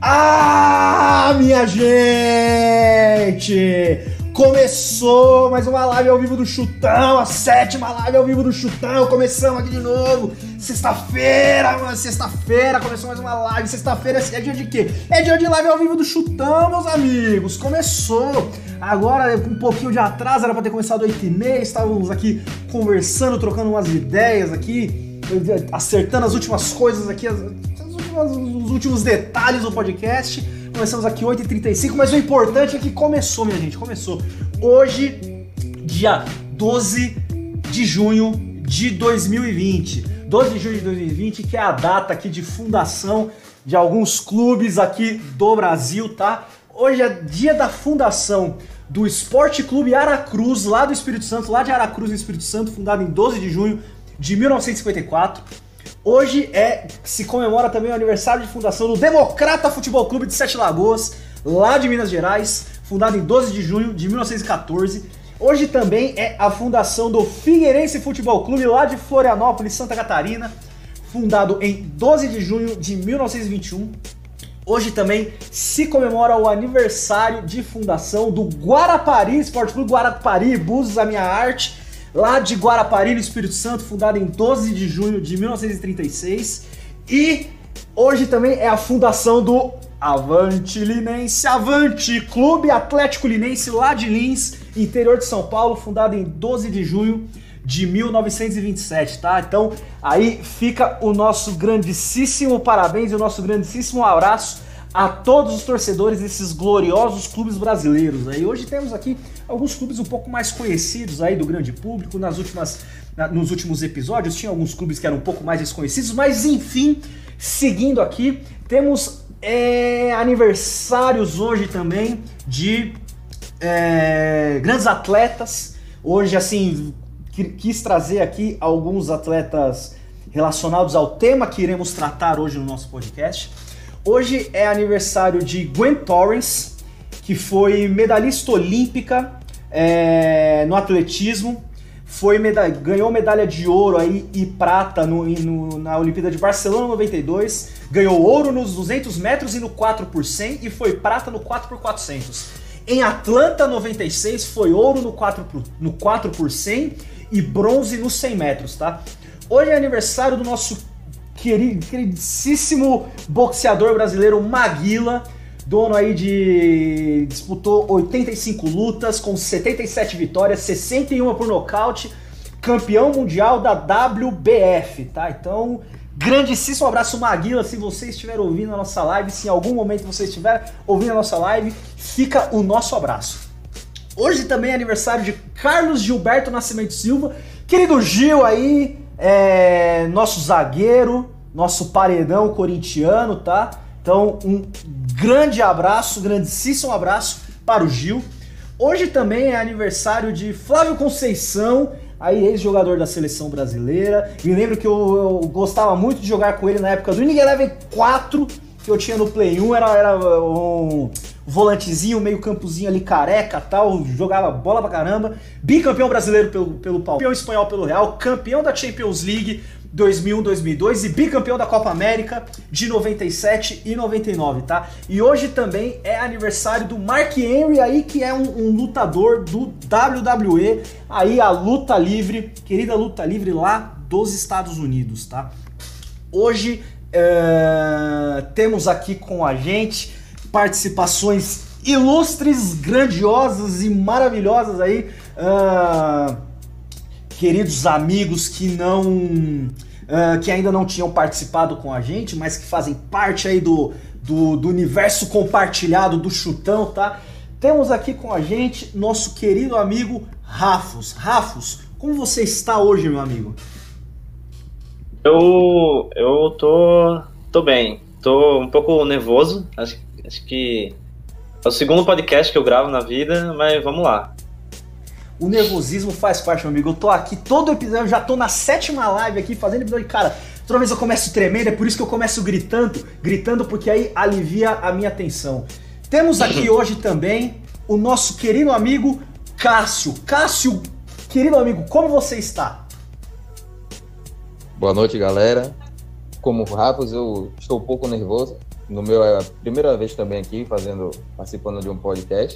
Ah, minha gente! Começou mais uma live ao vivo do Chutão, a 7ª live ao vivo do Chutão. Começamos aqui de novo. Sexta-feira, mano, sexta-feira, começou mais uma live. Sexta-feira é dia de quê? É dia de live ao vivo do Chutão, meus amigos. Começou. Agora, com um pouquinho de atraso, era pra ter começado 8h30. Estávamos aqui conversando, trocando umas ideias aqui, acertando as últimas coisas aqui, os últimos detalhes do podcast. Começamos aqui 8h35, mas o importante é que começou, minha gente, começou. Hoje, dia 12 de junho de 2020. 12 de junho de 2020, que é a data aqui de fundação de alguns clubes aqui do Brasil, tá? Hoje é dia da fundação do Esporte Clube Aracruz, lá do Espírito Santo, lá de Aracruz, no Espírito Santo, fundado em 12 de junho de 1954. Hoje se comemora também o aniversário de fundação do Democrata Futebol Clube de Sete Lagoas, lá de Minas Gerais, fundado em 12 de junho de 1914. Hoje também é a fundação do Figueirense Futebol Clube, lá de Florianópolis, Santa Catarina, fundado em 12 de junho de 1921. Hoje também se comemora o aniversário de fundação do Guarapari Esporte Clube, Guarapari, Búzios, a minha arte, lá de Guarapari, no Espírito Santo, fundado em 12 de junho de 1936. E hoje também é a fundação do Avante Linense, Avante Clube Atlético Linense, lá de Lins, interior de São Paulo, fundado em 12 de junho de 1927, tá? Então aí fica o nosso grandíssimo parabéns e o nosso grandíssimo abraço a todos os torcedores desses gloriosos clubes brasileiros. Aí hoje temos aqui alguns clubes um pouco mais conhecidos aí do grande público. Nos últimos episódios tinha alguns clubes que eram um pouco mais desconhecidos, mas enfim, seguindo aqui, temos aniversários hoje também de grandes atletas. Hoje, assim, quis trazer aqui alguns atletas relacionados ao tema que iremos tratar hoje no nosso podcast. Hoje é aniversário de Gwen Torrence, que medalhista olímpica no atletismo, ganhou medalha de ouro aí e prata na Olimpíada de Barcelona 92, ganhou ouro nos 200 metros e no 4 por 100 e foi prata no 4 por 400. Em Atlanta 96 foi ouro no 4 por 100 e bronze nos 100 metros, tá? Hoje é aniversário do nosso queridíssimo boxeador brasileiro Maguila, dono aí disputou 85 lutas com 77 vitórias, 61 por nocaute, campeão mundial da WBF, tá? Então, grandíssimo abraço, Maguila. Se você estiver ouvindo a nossa live, se em algum momento você estiver ouvindo a nossa live, fica o nosso abraço. Hoje também é aniversário de Carlos Gilberto Nascimento Silva, querido Gil aí, nosso zagueiro, nosso paredão corintiano, tá? Então, um grande abraço, grandíssimo abraço para o Gil. Hoje também é aniversário de Flávio Conceição, aí ex-jogador da seleção brasileira. Me lembro que eu gostava muito de jogar com ele na época do Inning Eleven 4, que eu tinha no Play 1, era um volantezinho, meio campozinho ali careca tal, jogava bola pra caramba, bicampeão brasileiro pelo Palmeiras, campeão espanhol pelo Real, campeão da Champions League 2001-2002 e bicampeão da Copa América de 97 e 99, tá? E hoje também é aniversário do Mark Henry aí, que é um lutador do WWE, aí a luta livre, querida luta livre lá dos Estados Unidos, tá? Hoje temos aqui com a gente participações ilustres, grandiosas e maravilhosas aí, queridos amigos que ainda não tinham participado com a gente, mas que fazem parte aí do universo compartilhado do Chutão, tá? Temos aqui com a gente nosso querido amigo Rafos. Rafos, como você está hoje, meu amigo? Eu tô bem, tô um pouco nervoso, acho que é o segundo podcast que eu gravo na vida, mas vamos lá. O nervosismo faz parte, meu amigo. Eu tô aqui todo episódio, eu já tô na 7ª live aqui fazendo episódio. Cara, toda vez eu começo tremendo, é por isso que eu começo gritando porque aí alivia a minha tensão. Temos aqui hoje também o nosso querido amigo Cássio. Cássio, querido amigo, como você está? Boa noite, galera. Como o Rafa, eu estou um pouco nervoso, É a primeira vez também aqui, participando de um podcast.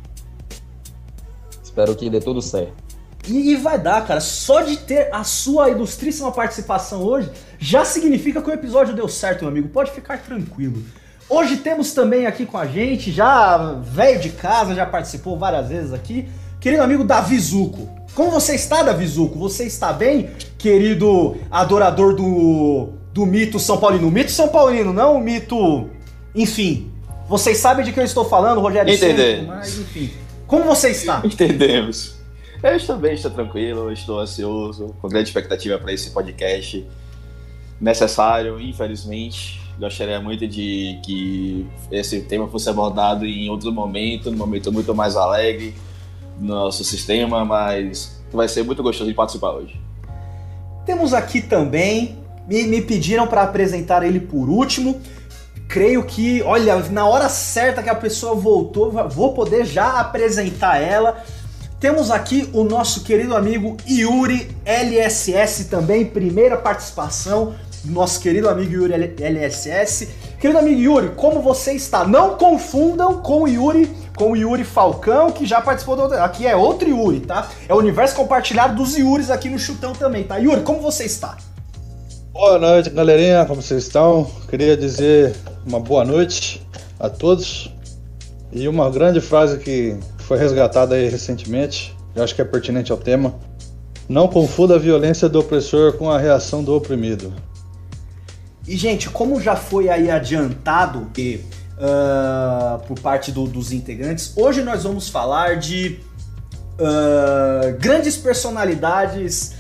Espero que dê tudo certo. E vai dar, cara. Só de ter a sua ilustríssima participação hoje já significa que o episódio deu certo, meu amigo. Pode ficar tranquilo. Hoje temos também aqui com a gente, já velho de casa, já participou várias vezes aqui, querido amigo Davi Zucco. Como você está, Davi Zucco? Você está bem, querido adorador do mito São Paulino? Mito São Paulino, não o mito... Enfim, vocês sabem de que eu estou falando, Rogério Entendemos. Mas enfim. Como você está? Entendemos. Eu estou bem, estou tranquilo, estou ansioso, com grande expectativa para esse podcast necessário, infelizmente. Gostaria muito de que esse tema fosse abordado em outro momento, num momento muito mais alegre no nosso sistema, mas vai ser muito gostoso de participar hoje. Temos aqui também, me pediram para apresentar ele por último. Creio que, olha, na hora certa que a pessoa voltou, vou poder já apresentar ela. Temos aqui o nosso querido amigo Yuri LSS também, primeira participação. Nosso querido amigo Yuri LSS. Querido amigo Yuri, como você está? Não confundam com o Yuri Falcão, que já participou do outro. Aqui é outro Yuri, tá? É o universo compartilhado dos Yuris aqui no Chutão também, tá? Yuri, como você está? Boa noite, galerinha, como vocês estão? Queria dizer uma boa noite a todos. E uma grande frase que foi resgatada aí recentemente, eu acho que é pertinente ao tema: não confunda a violência do opressor com a reação do oprimido. E, gente, como já foi aí adiantado por parte dos integrantes, hoje nós vamos falar de grandes personalidades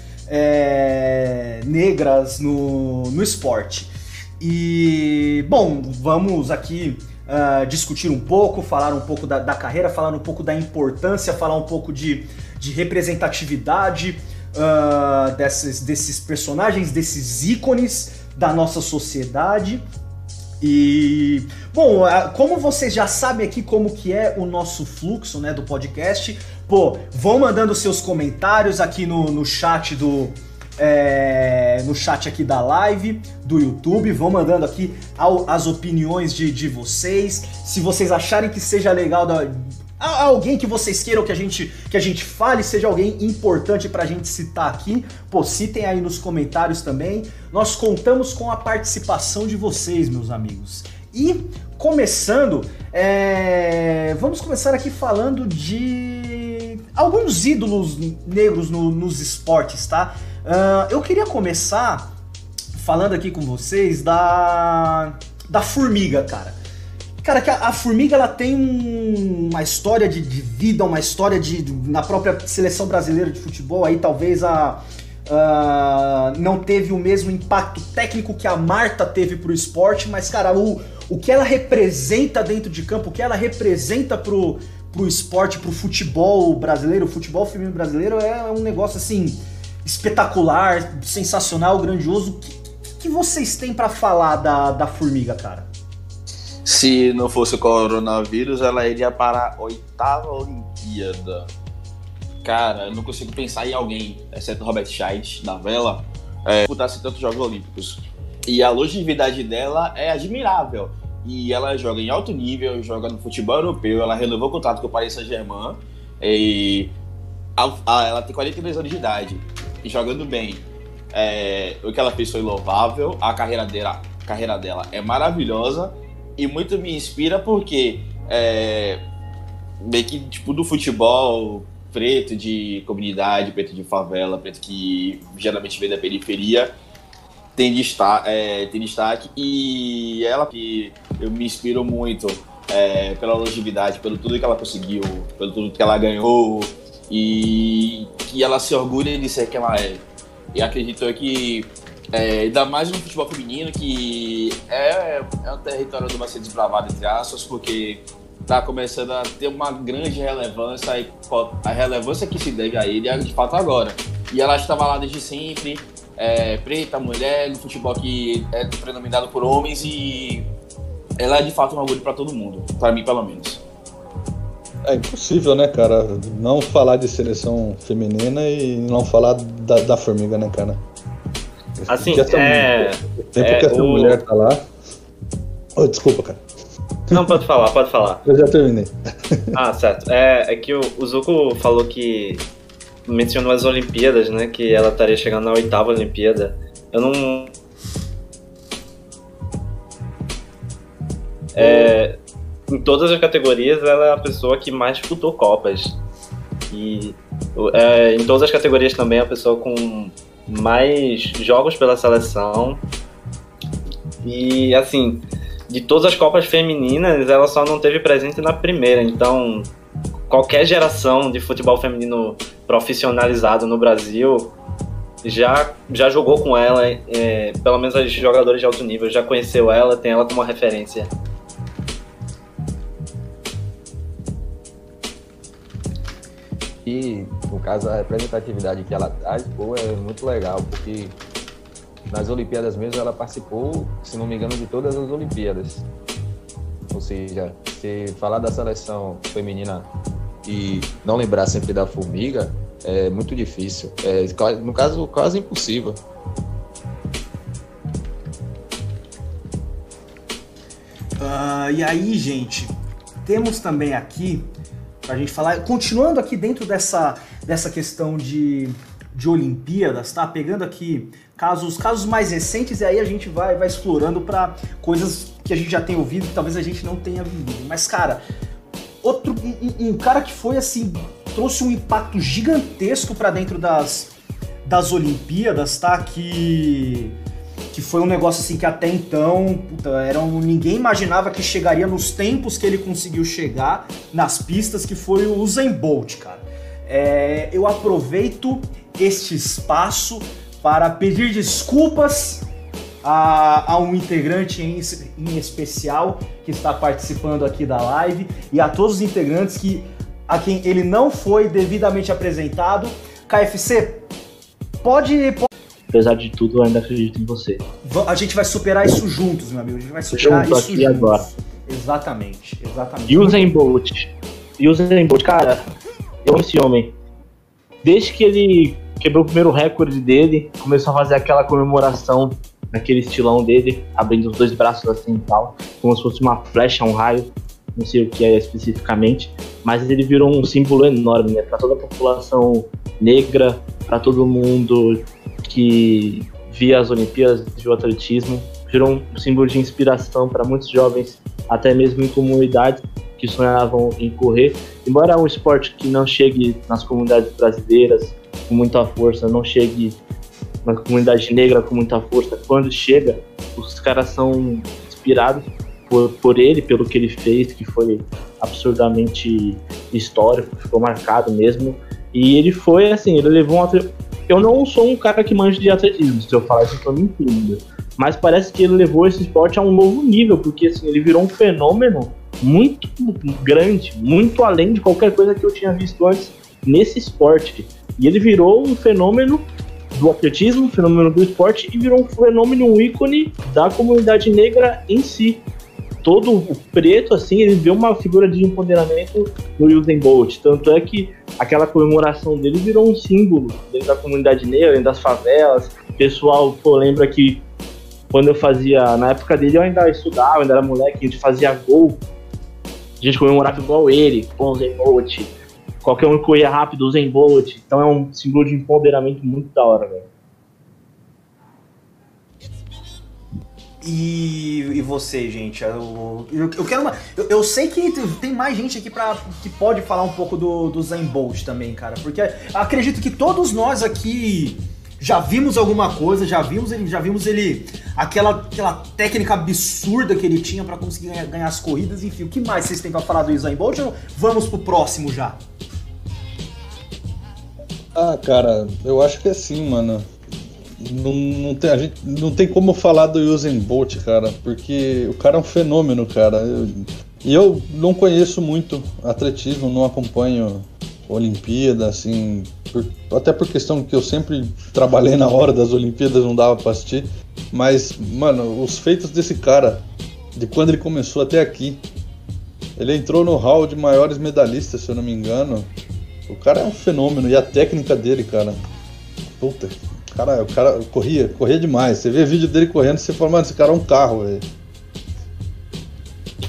negras no esporte. E, bom, vamos aqui discutir um pouco, falar um pouco da carreira, falar um pouco da importância, falar um pouco de representatividade desses personagens, desses ícones da nossa sociedade. E, bom, como vocês já sabem aqui como que é o nosso fluxo, né, do podcast, pô, vão mandando seus comentários aqui no chat no chat aqui da live do YouTube, vão mandando aqui as opiniões de vocês. Se vocês acharem que seja legal, alguém que vocês queiram que a gente fale, seja alguém importante pra gente citar aqui, pô, citem aí nos comentários também. Nós contamos com a participação de vocês, meus amigos. E começando, vamos começar aqui falando de alguns ídolos negros nos esportes, tá? Eu queria começar falando aqui com vocês da Formiga, cara. Cara, que a Formiga, ela tem uma história de vida, uma história na própria seleção brasileira de futebol, aí talvez não teve o mesmo impacto técnico que a Marta teve pro esporte, mas, cara, o que ela representa dentro de campo, o que ela representa pro esporte, pro futebol brasileiro, o futebol feminino brasileiro, é um negócio, assim, espetacular, sensacional, grandioso. O que vocês têm pra falar da Formiga, cara? Se não fosse o coronavírus, ela iria para a 8ª Olimpíada. Cara, eu não consigo pensar em alguém, exceto Robert Scheidt, da vela, disputasse tantos Jogos Olímpicos. E a longevidade dela é admirável. E ela joga em alto nível, joga no futebol europeu, ela renovou o contrato com o Paris Saint-Germain. E ela tem 42 anos de idade, e jogando bem. O que ela fez foi louvável, a carreira dela é maravilhosa. E muito me inspira porque meio que tipo do futebol preto de comunidade, preto de favela, preto que geralmente vem da periferia, tem destaque. E ela que eu me inspiro muito pela longevidade, pelo tudo que ela conseguiu, pelo tudo que ela ganhou, e que ela se orgulha de ser quem ela é. E acredito que ainda mais no futebol feminino, que é um território do vai ser desbravado, entre aspas, porque está começando a ter uma grande relevância, e a relevância que se deve a ele é de fato agora. E ela estava lá desde sempre, preta, mulher, no futebol que é predominado por homens, e ela é de fato um orgulho para todo mundo, para mim pelo menos. É impossível, né, cara, não falar de seleção feminina e não falar da Formiga, né, cara? Assim, o tempo que essa mulher tá lá. Oh, desculpa, cara. Não, pode falar, pode falar. Eu já terminei. Ah, certo. É que o Zuko falou que mencionou as Olimpíadas, né? Que ela estaria chegando na 8ª Olimpíada. Eu não... em todas as categorias, ela é a pessoa que mais disputou Copas. E em todas as categorias também é a pessoa com mais jogos pela seleção. E, assim, de todas as Copas femininas, ela só não teve presente na primeira. Então, qualquer geração de futebol feminino profissionalizado no Brasil já jogou com ela, pelo menos os jogadores de alto nível, já conheceu ela, tem ela como uma referência. E, no caso, a representatividade que ela traz, pô, é muito legal, porque nas Olimpíadas mesmo ela participou, se não me engano, de todas as Olimpíadas. Ou seja, se falar da seleção feminina e não lembrar sempre da Formiga, é muito difícil. No caso, quase impossível. E aí, gente, temos também aqui, pra gente falar, continuando aqui dentro dessa questão de Olimpíadas, tá? Pegando aqui casos mais recentes, e aí a gente vai explorando para coisas que a gente já tem ouvido e talvez a gente não tenha vivido. Mas, cara, um cara que foi assim, trouxe um impacto gigantesco para dentro das Olimpíadas, tá? Que foi um negócio assim que até então, ninguém imaginava que chegaria nos tempos que ele conseguiu chegar nas pistas, que foi o Usain Bolt, cara. Eu aproveito este espaço para pedir desculpas a um integrante em especial que está participando aqui da live e a todos os integrantes a quem ele não foi devidamente apresentado. KFC, pode... Apesar de tudo, eu ainda acredito em você. A gente vai superar isso juntos, meu amigo. A gente vai superar junto isso aqui juntos. Agora. Exatamente. E o Usain Bolt, cara, eu amo esse homem. Desde que ele quebrou o primeiro recorde dele, começou a fazer aquela comemoração naquele estilão dele, abrindo os dois braços assim e tal, como se fosse uma flecha, um raio, não sei o que é especificamente, mas ele virou um símbolo enorme, né, para toda a população negra, para todo mundo que via as Olimpíadas, via o atletismo, virou um símbolo de inspiração para muitos jovens, até mesmo em comunidades que sonhavam em correr. Embora um esporte que não chegue nas comunidades brasileiras com muita força, não chegue na comunidade negra com muita força, quando chega, os caras são inspirados por ele, pelo que ele fez, que foi absurdamente histórico, ficou marcado mesmo. E ele foi assim, ele levou eu não sou um cara que manja de atletismo, se eu falar isso eu tô mentindo, mas parece que ele levou esse esporte a um novo nível, porque assim, ele virou um fenômeno muito grande, muito além de qualquer coisa que eu tinha visto antes nesse esporte. E ele virou um fenômeno do atletismo, um fenômeno do esporte, e virou um fenômeno, um ícone da comunidade negra em si. Todo o preto, assim, ele vê uma figura de empoderamento no Usain Bolt. Tanto é que aquela comemoração dele virou um símbolo dentro da comunidade negra, dentro das favelas. O pessoal, lembra que quando eu fazia, na época dele eu ainda estudava, eu ainda era moleque, a gente fazia gol, a gente comemorava igual ele, com o Usain Bolt. Qualquer um que corria rápido, Usain Bolt. Então é um símbolo de empoderamento muito da hora, velho. E você, gente? Eu quero eu sei que tem mais gente aqui que pode falar um pouco do Usain Bolt também, cara. Porque acredito que todos nós aqui já vimos alguma coisa, já vimos ele aquela técnica absurda que ele tinha pra conseguir ganhar as corridas, enfim. O que mais vocês têm pra falar do Usain Bolt ou vamos pro próximo já? Ah, cara, eu acho que é assim, mano. A gente não tem como falar do Usain Bolt, cara, porque o cara é um fenômeno, cara. Eu não conheço muito atletismo, não acompanho Olimpíada, assim, até por questão que eu sempre trabalhei na hora das Olimpíadas, não dava pra assistir. Mas, mano, os feitos desse cara, de quando ele começou até aqui, ele entrou no hall de maiores medalhistas, se eu não me engano. O cara é um fenômeno, e a técnica dele, cara, puta, o cara corria demais. Você vê vídeo dele correndo e você fala, mano, esse cara é um carro, velho.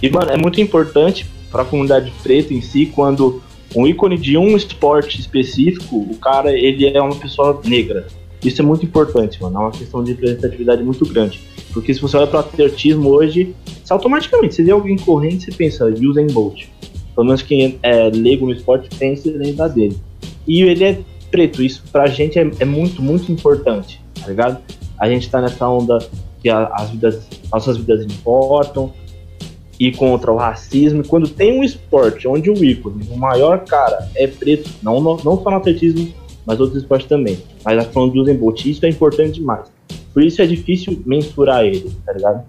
E, mano, é muito importante para a comunidade preta em si, quando um ícone de um esporte específico, o cara, ele é uma pessoa negra. Isso é muito importante, mano. É uma questão de representatividade muito grande. Porque se você olha para o atletismo hoje, você automaticamente, você vê alguém correndo, você pensa, Usain Bolt. Pelo menos quem é leigo no esporte pensa em lembrar dele. E ele é preto, isso pra gente é muito, muito importante, tá ligado? A gente tá nessa onda que nossas vidas importam, e contra o racismo. E quando tem um esporte onde o ícone, o maior cara, é preto, não só no atletismo, mas outros esportes também. Mas a falando de Usain Bolt, isso é importante demais. Por isso é difícil mensurar ele, tá ligado?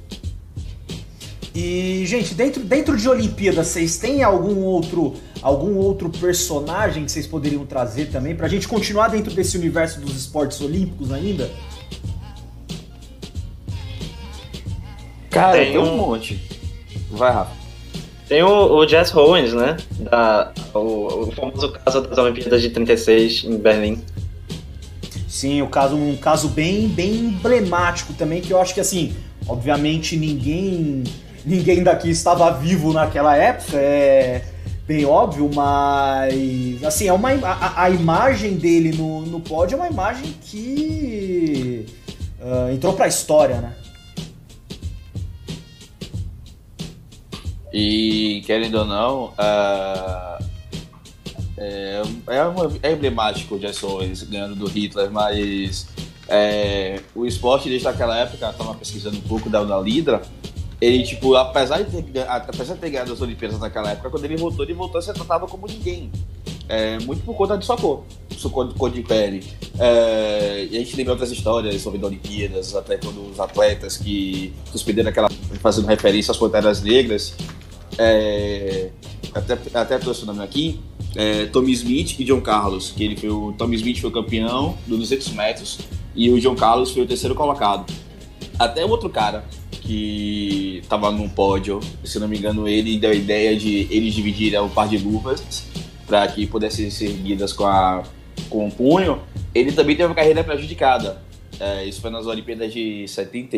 E, gente, dentro de Olimpíadas, vocês têm algum outro personagem que vocês poderiam trazer também, pra gente continuar dentro desse universo dos esportes olímpicos ainda? Cara, tem um monte. Vai, Rafa. Tem o Jess Owens, né? O famoso caso das Olimpíadas de 36 em Berlim. Sim, um caso bem emblemático também, que eu acho que, assim, obviamente ninguém daqui estava vivo naquela época, é bem óbvio, mas, assim, a imagem dele no pódio é uma imagem que entrou pra história, né? E, querendo ou não, é emblemático o Jess Owens ganhando do Hitler, mas o esporte desde aquela época, eu estava pesquisando um pouco da Lidra, ele, tipo, apesar de ter ganhado as Olimpíadas naquela época, quando ele voltou a ser tratado como ninguém. Muito por conta de sua cor de pele. E a gente lembra outras histórias sobre as Olimpíadas, até quando os atletas que suspenderam aquela, fazendo referência às Panteras Negras, até trouxe o nome aqui, Tommy Smith e John Carlos, que o Tommy Smith foi o campeão dos 200 metros e o John Carlos foi o terceiro colocado. Até o outro cara que estava num pódio, se não me engano, ele deu a ideia de eles dividirem o par de luvas para que pudessem ser erguidas com o punho. Ele também teve uma carreira prejudicada. Isso foi nas Olimpíadas de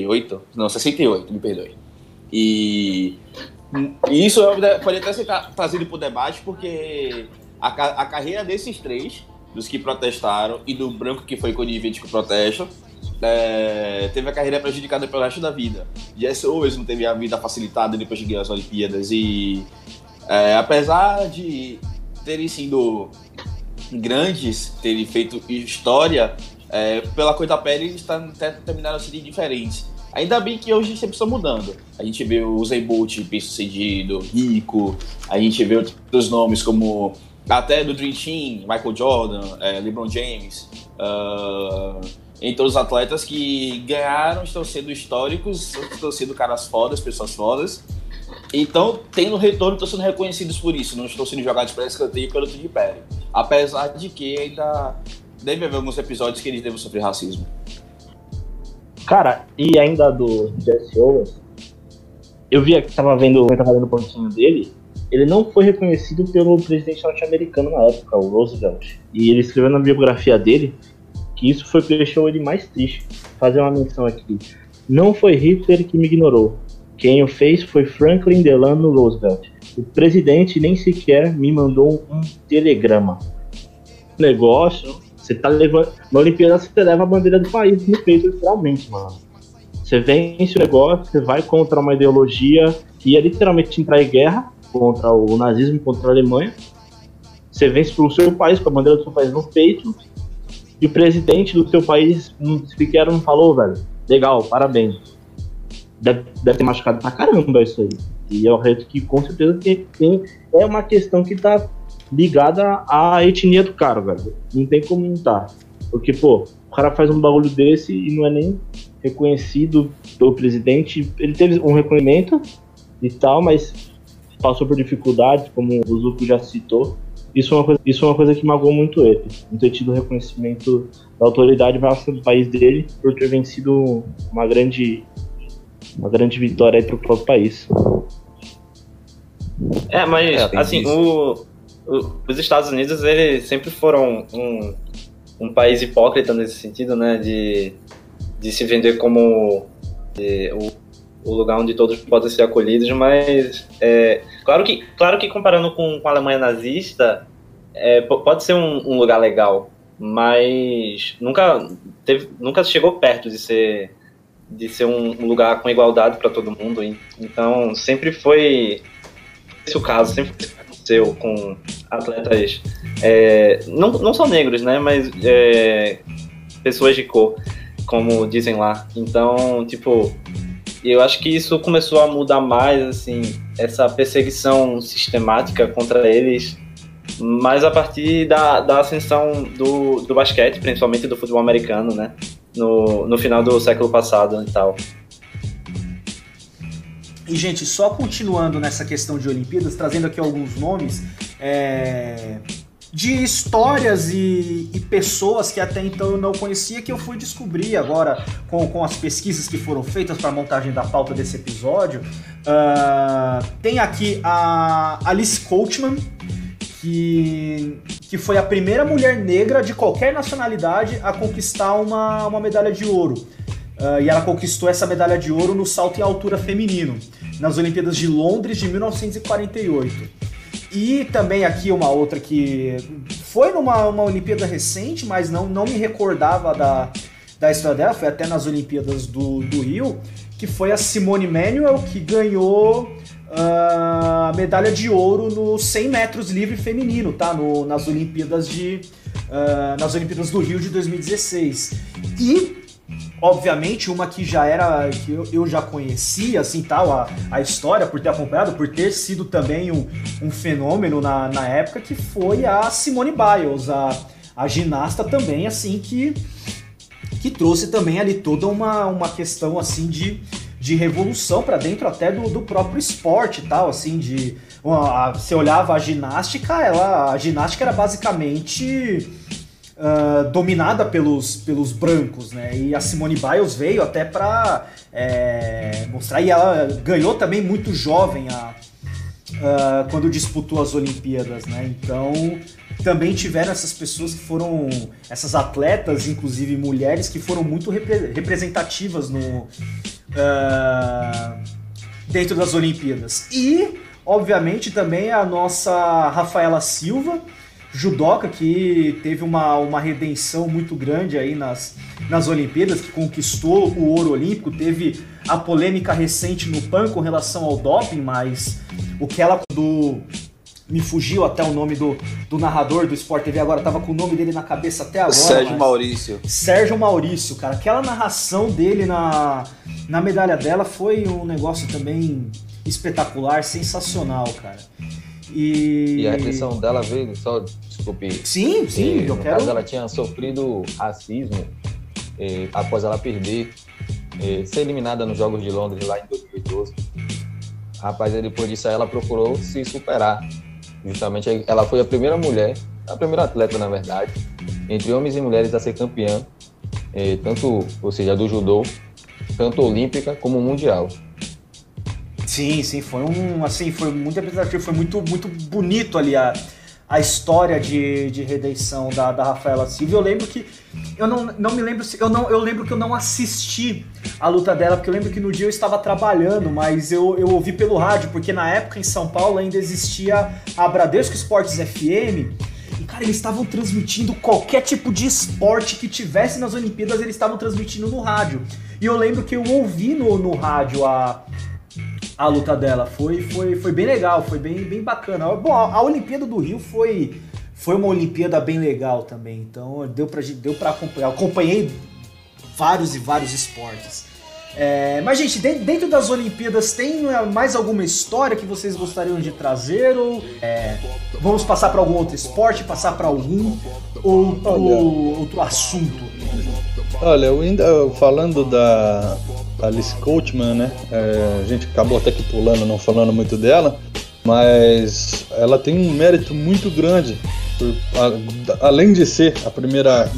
68, me perdoe. E isso pode até ser trazido para o debate, porque a carreira desses três, dos que protestaram e do branco que foi conivente com o protesto, teve a carreira prejudicada pelo resto da vida. Jess Owens não teve a vida facilitada depois de ganhar as Olimpíadas e apesar de terem sido grandes, terem feito história, pela cor da pele eles terminaram a ser diferentes. Ainda bem que hoje sempre estão mudando. A gente vê o Usain Bolt bem-sucedido, rico, a gente vê outros nomes como até do Dream Team, Michael Jordan, LeBron James, entre os atletas que ganharam, estão sendo históricos, estão sendo caras fodas, pessoas fodas. Então, tendo retorno, estão sendo reconhecidos por isso, não estão sendo jogados para escanteio pelo tom de pele. Apesar de que ainda deve haver alguns episódios que eles devem sofrer racismo. Cara, e ainda do Jesse Owens, eu vi que tava vendo o pontinho dele, ele não foi reconhecido pelo presidente norte-americano na época, o Roosevelt. E ele escreveu na biografia dele que isso foi o que deixou ele mais triste. Vou fazer uma menção aqui. Não foi Hitler que me ignorou. Quem o fez foi Franklin Delano Roosevelt. O presidente nem sequer me mandou um telegrama. Negócio, você tá levando... Na Olimpíada você leva a bandeira do país no peito, literalmente, mano. Você vence o negócio, você vai contra uma ideologia que ia literalmente entrar em guerra contra o nazismo e contra a Alemanha. Você vence pelo seu país, com a bandeira do seu país no peito. E o presidente do seu país sequer não falou, velho. Legal, parabéns. Deve ter machucado pra caramba isso aí. E eu acredito que com certeza é uma questão que tá ligada à etnia do cara, velho. Não tem como não tá. Porque, pô, o cara faz um bagulho desse e não é nem reconhecido pelo presidente. Ele teve um reconhecimento e tal, mas passou por dificuldades, como o Zuko já citou. Isso é uma coisa que magoou muito ele. Não ter tido reconhecimento da autoridade máxima do país dele por ter vencido uma grande vitória aí pro próprio país. Mas assim, os Estados Unidos, eles sempre foram um país hipócrita nesse sentido, né, de se vender como o lugar onde todos podem ser acolhidos, mas claro que comparando com a Alemanha nazista, pode ser um lugar legal, mas nunca chegou perto de ser um lugar com igualdade para todo mundo. Então sempre foi esse o caso, sempre aconteceu com atletas não só negros, né, mas pessoas de cor, como dizem lá. Então, tipo, eu acho que isso começou a mudar mais, assim, essa perseguição sistemática contra eles, mas a partir da ascensão do basquete, principalmente do futebol americano, né, no final do século passado e tal. E, gente, só continuando nessa questão de Olimpíadas, trazendo aqui alguns nomes de histórias e pessoas que até então eu não conhecia, que eu fui descobrir agora com as pesquisas que foram feitas para a montagem da pauta desse episódio. Tem aqui a Alice Coachman, que foi a primeira mulher negra de qualquer nacionalidade a conquistar uma medalha de ouro. E ela conquistou essa medalha de ouro no salto em altura feminino, nas Olimpíadas de Londres de 1948. E também aqui uma outra que foi numa Olimpíada recente, mas não me recordava da história dela, foi até nas Olimpíadas do Rio, que foi a Simone Manuel, que ganhou a medalha de ouro no 100 metros livre feminino, tá? Nas Olimpíadas do Rio de 2016. E obviamente, uma que eu já conhecia, assim, tal, a história, por ter acompanhado, por ter sido também um fenômeno na época, que foi a Simone Biles, a ginasta também, assim, que trouxe também ali toda uma questão, assim, de revolução para dentro até do próprio esporte, tal, assim, você olhava a ginástica era basicamente dominada pelos brancos, né? E a Simone Biles veio até para mostrar, e ela ganhou também muito jovem quando disputou as Olimpíadas, né? Então também tiveram essas pessoas que foram, essas atletas, inclusive mulheres, que foram muito representativas dentro das Olimpíadas. E obviamente também a nossa Rafaela Silva, judoca, que teve uma redenção muito grande aí nas Olimpíadas, que conquistou o ouro olímpico. Teve a polêmica recente no PAN com relação ao doping, mas o que ela... Me fugiu até o nome do narrador do Sport TV agora, tava com o nome dele na cabeça até agora. Sérgio Maurício, cara. Aquela narração dele na medalha dela foi um negócio também espetacular, sensacional, cara. E a redenção dela veio, só desculpe. Sim, eu quero. Caso ela tinha sofrido racismo após ela perder, ser eliminada nos Jogos de Londres lá em 2012. Rapaz, depois disso ela procurou se superar. Justamente ela foi a primeira mulher, a primeira atleta, na verdade, entre homens e mulheres a ser campeã, tanto, ou seja, do judô, tanto olímpica como mundial. Sim, foi foi muito representativo, foi muito, muito bonito ali a história de redenção da Rafaela Silva. Eu lembro que eu lembro que eu não assisti a luta dela, porque eu lembro que no dia eu estava trabalhando, mas eu ouvi pelo rádio, porque na época em São Paulo ainda existia a Bradesco Esportes FM. E, cara, eles estavam transmitindo qualquer tipo de esporte que tivesse nas Olimpíadas, eles estavam transmitindo no rádio. E eu lembro que eu ouvi no rádio a luta dela. Foi bem legal, foi bem bacana. Bom, a Olimpíada do Rio foi uma Olimpíada bem legal também, então deu pra acompanhar. Eu acompanhei vários e vários esportes. Mas, gente, dentro das Olimpíadas tem mais alguma história que vocês gostariam de trazer? Ou vamos passar para algum outro esporte, passar para algum outro assunto? Olha, eu ainda falando da Alice Coachman, né? A gente acabou até que pulando, não falando muito dela, mas ela tem um mérito muito grande. Além de ser a primeira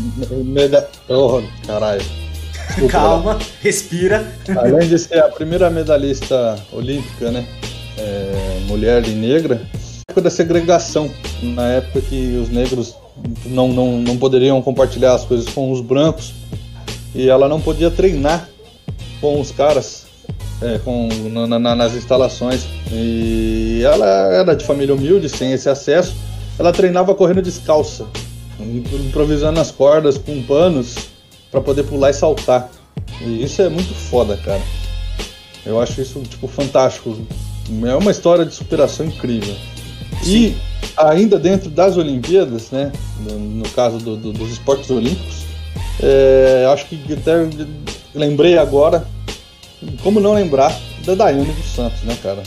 Desculpa, calma, respira. Além de ser a primeira medalhista olímpica, né? Mulher e negra, na época da segregação, na época que os negros não poderiam compartilhar as coisas com os brancos, e ela não podia treinar com os caras nas instalações. E ela era de família humilde, sem esse acesso. Ela treinava correndo descalça, improvisando as cordas com panos para poder pular e saltar. E isso é muito foda, cara. Eu acho isso, tipo, fantástico. É uma história de superação incrível. Sim. E ainda dentro das Olimpíadas, né, no caso dos esportes olímpicos, acho que até lembrei agora, como não lembrar, da Daiane dos Santos, né, cara?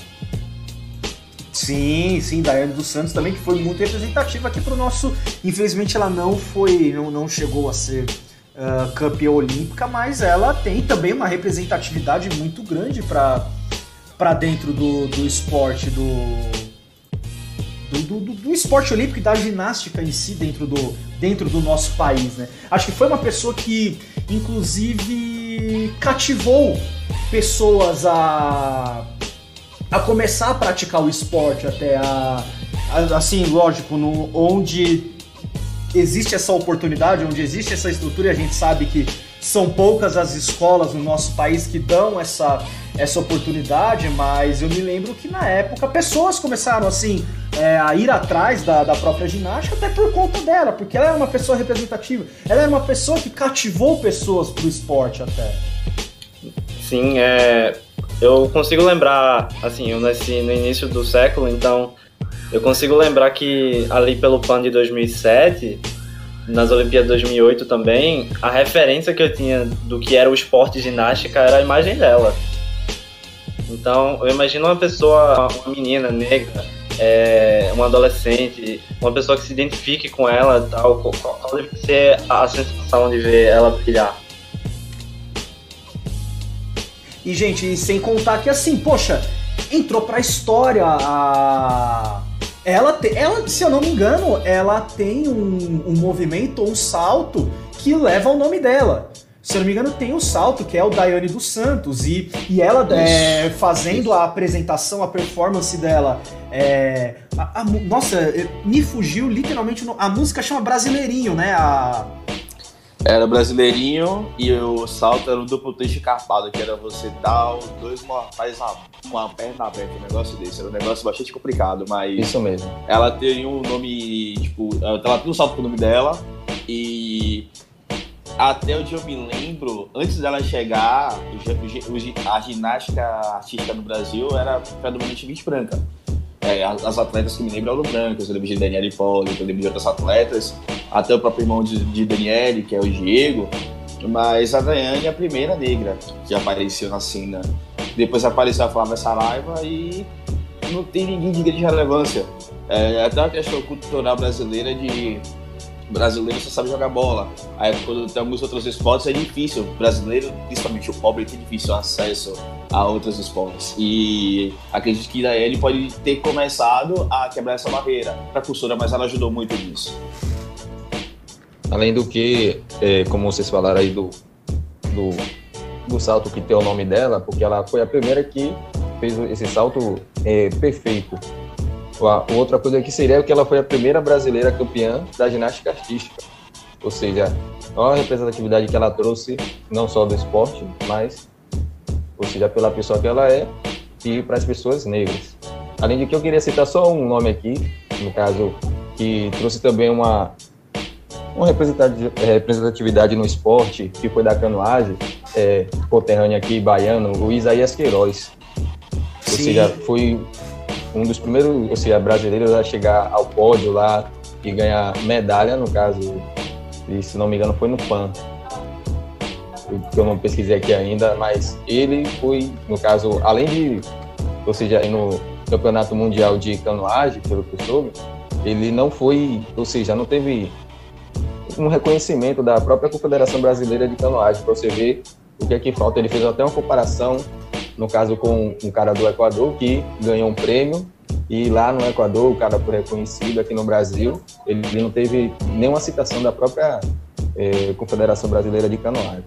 Sim, Daiane dos Santos também, que foi muito representativa aqui pro nosso... Infelizmente ela não chegou a ser campeã olímpica, mas ela tem também uma representatividade muito grande para dentro do esporte, do esporte olímpico e da ginástica em si dentro do nosso país, né? Acho que foi uma pessoa que, inclusive, cativou pessoas a começar a praticar o esporte, até assim, lógico, onde existe essa oportunidade, onde existe essa estrutura, e a gente sabe que são poucas as escolas no nosso país que dão essa oportunidade, mas eu me lembro que na época pessoas começaram assim a ir atrás da própria ginástica até por conta dela, porque ela era uma pessoa representativa, ela era uma pessoa que cativou pessoas pro esporte até. Sim, eu consigo lembrar, assim, eu nasci no início do século, então eu consigo lembrar que ali pelo PAN de 2007, nas Olimpíadas de 2008 também, a referência que eu tinha do que era o esporte ginástica era a imagem dela. Então, eu imagino uma pessoa, uma menina negra, uma adolescente, uma pessoa que se identifique com ela, tal, qual deve ser a sensação de ver ela brilhar. E, gente, sem contar que, assim, poxa, entrou pra história ela, se eu não me engano, ela tem um movimento, um salto que leva o nome dela. Se eu não me engano, tem o salto, que é o Daiane dos Santos, e ela fazendo a apresentação, a performance dela, nossa, me fugiu literalmente, a música chama Brasileirinho, né? Era Brasileirinho e o salto era um duplo twist carpado, que era você dar os dois mortais com a perna aberta, um negócio desse. Era um negócio bastante complicado, mas... Isso mesmo. Ela tem um nome, tipo... Ela tem um salto com o nome dela e... Até onde eu me lembro, antes dela chegar, a ginástica artística no Brasil era predominantemente branca. As atletas que me lembram eram brancas, eu lembro de Daniele Hipólito, eu lembro de outras atletas, até o próprio irmão de Daniele, que é o Diego, mas a Daiane é a primeira negra que apareceu na cena. Depois apareceu a Flávia Saraiva e não tem ninguém de grande relevância. Até uma questão cultural brasileira de... brasileiro só sabe jogar bola. Aí quando tem alguns outros esportes é difícil. O brasileiro, principalmente o pobre, tem difícil acesso a outros esportes. E acredito que ele pode ter começado a quebrar essa barreira. A precursora, mas ela ajudou muito nisso. Além do que, como vocês falaram aí do salto que tem o nome dela, porque ela foi a primeira que fez esse salto perfeito. Outra coisa que seria que ela foi a primeira brasileira campeã da ginástica artística. Ou seja, olha a representatividade que ela trouxe, não só do esporte, mas, ou seja, pela pessoa que ela é e para as pessoas negras. Além de que eu queria citar só um nome aqui, no caso, que trouxe também uma representatividade no esporte, que foi da canoagem, conterrânea aqui, baiano, o Isaías Queiroz. Ou seja, foi um dos primeiros, ou seja, brasileiros a chegar ao pódio lá e ganhar medalha, no caso, e se não me engano foi no PAN, que eu não pesquisei aqui ainda, mas ele foi, no caso, além de, ou seja, no Campeonato Mundial de Canoagem, pelo que eu soube, ele não foi, ou seja, não teve um reconhecimento da própria Confederação Brasileira de Canoagem, para você ver o que é que falta. Ele fez até uma comparação, no caso com um cara do Equador que ganhou um prêmio e lá no Equador o cara foi reconhecido. Aqui no Brasil ele não teve nenhuma citação da própria Confederação Brasileira de Canoagem.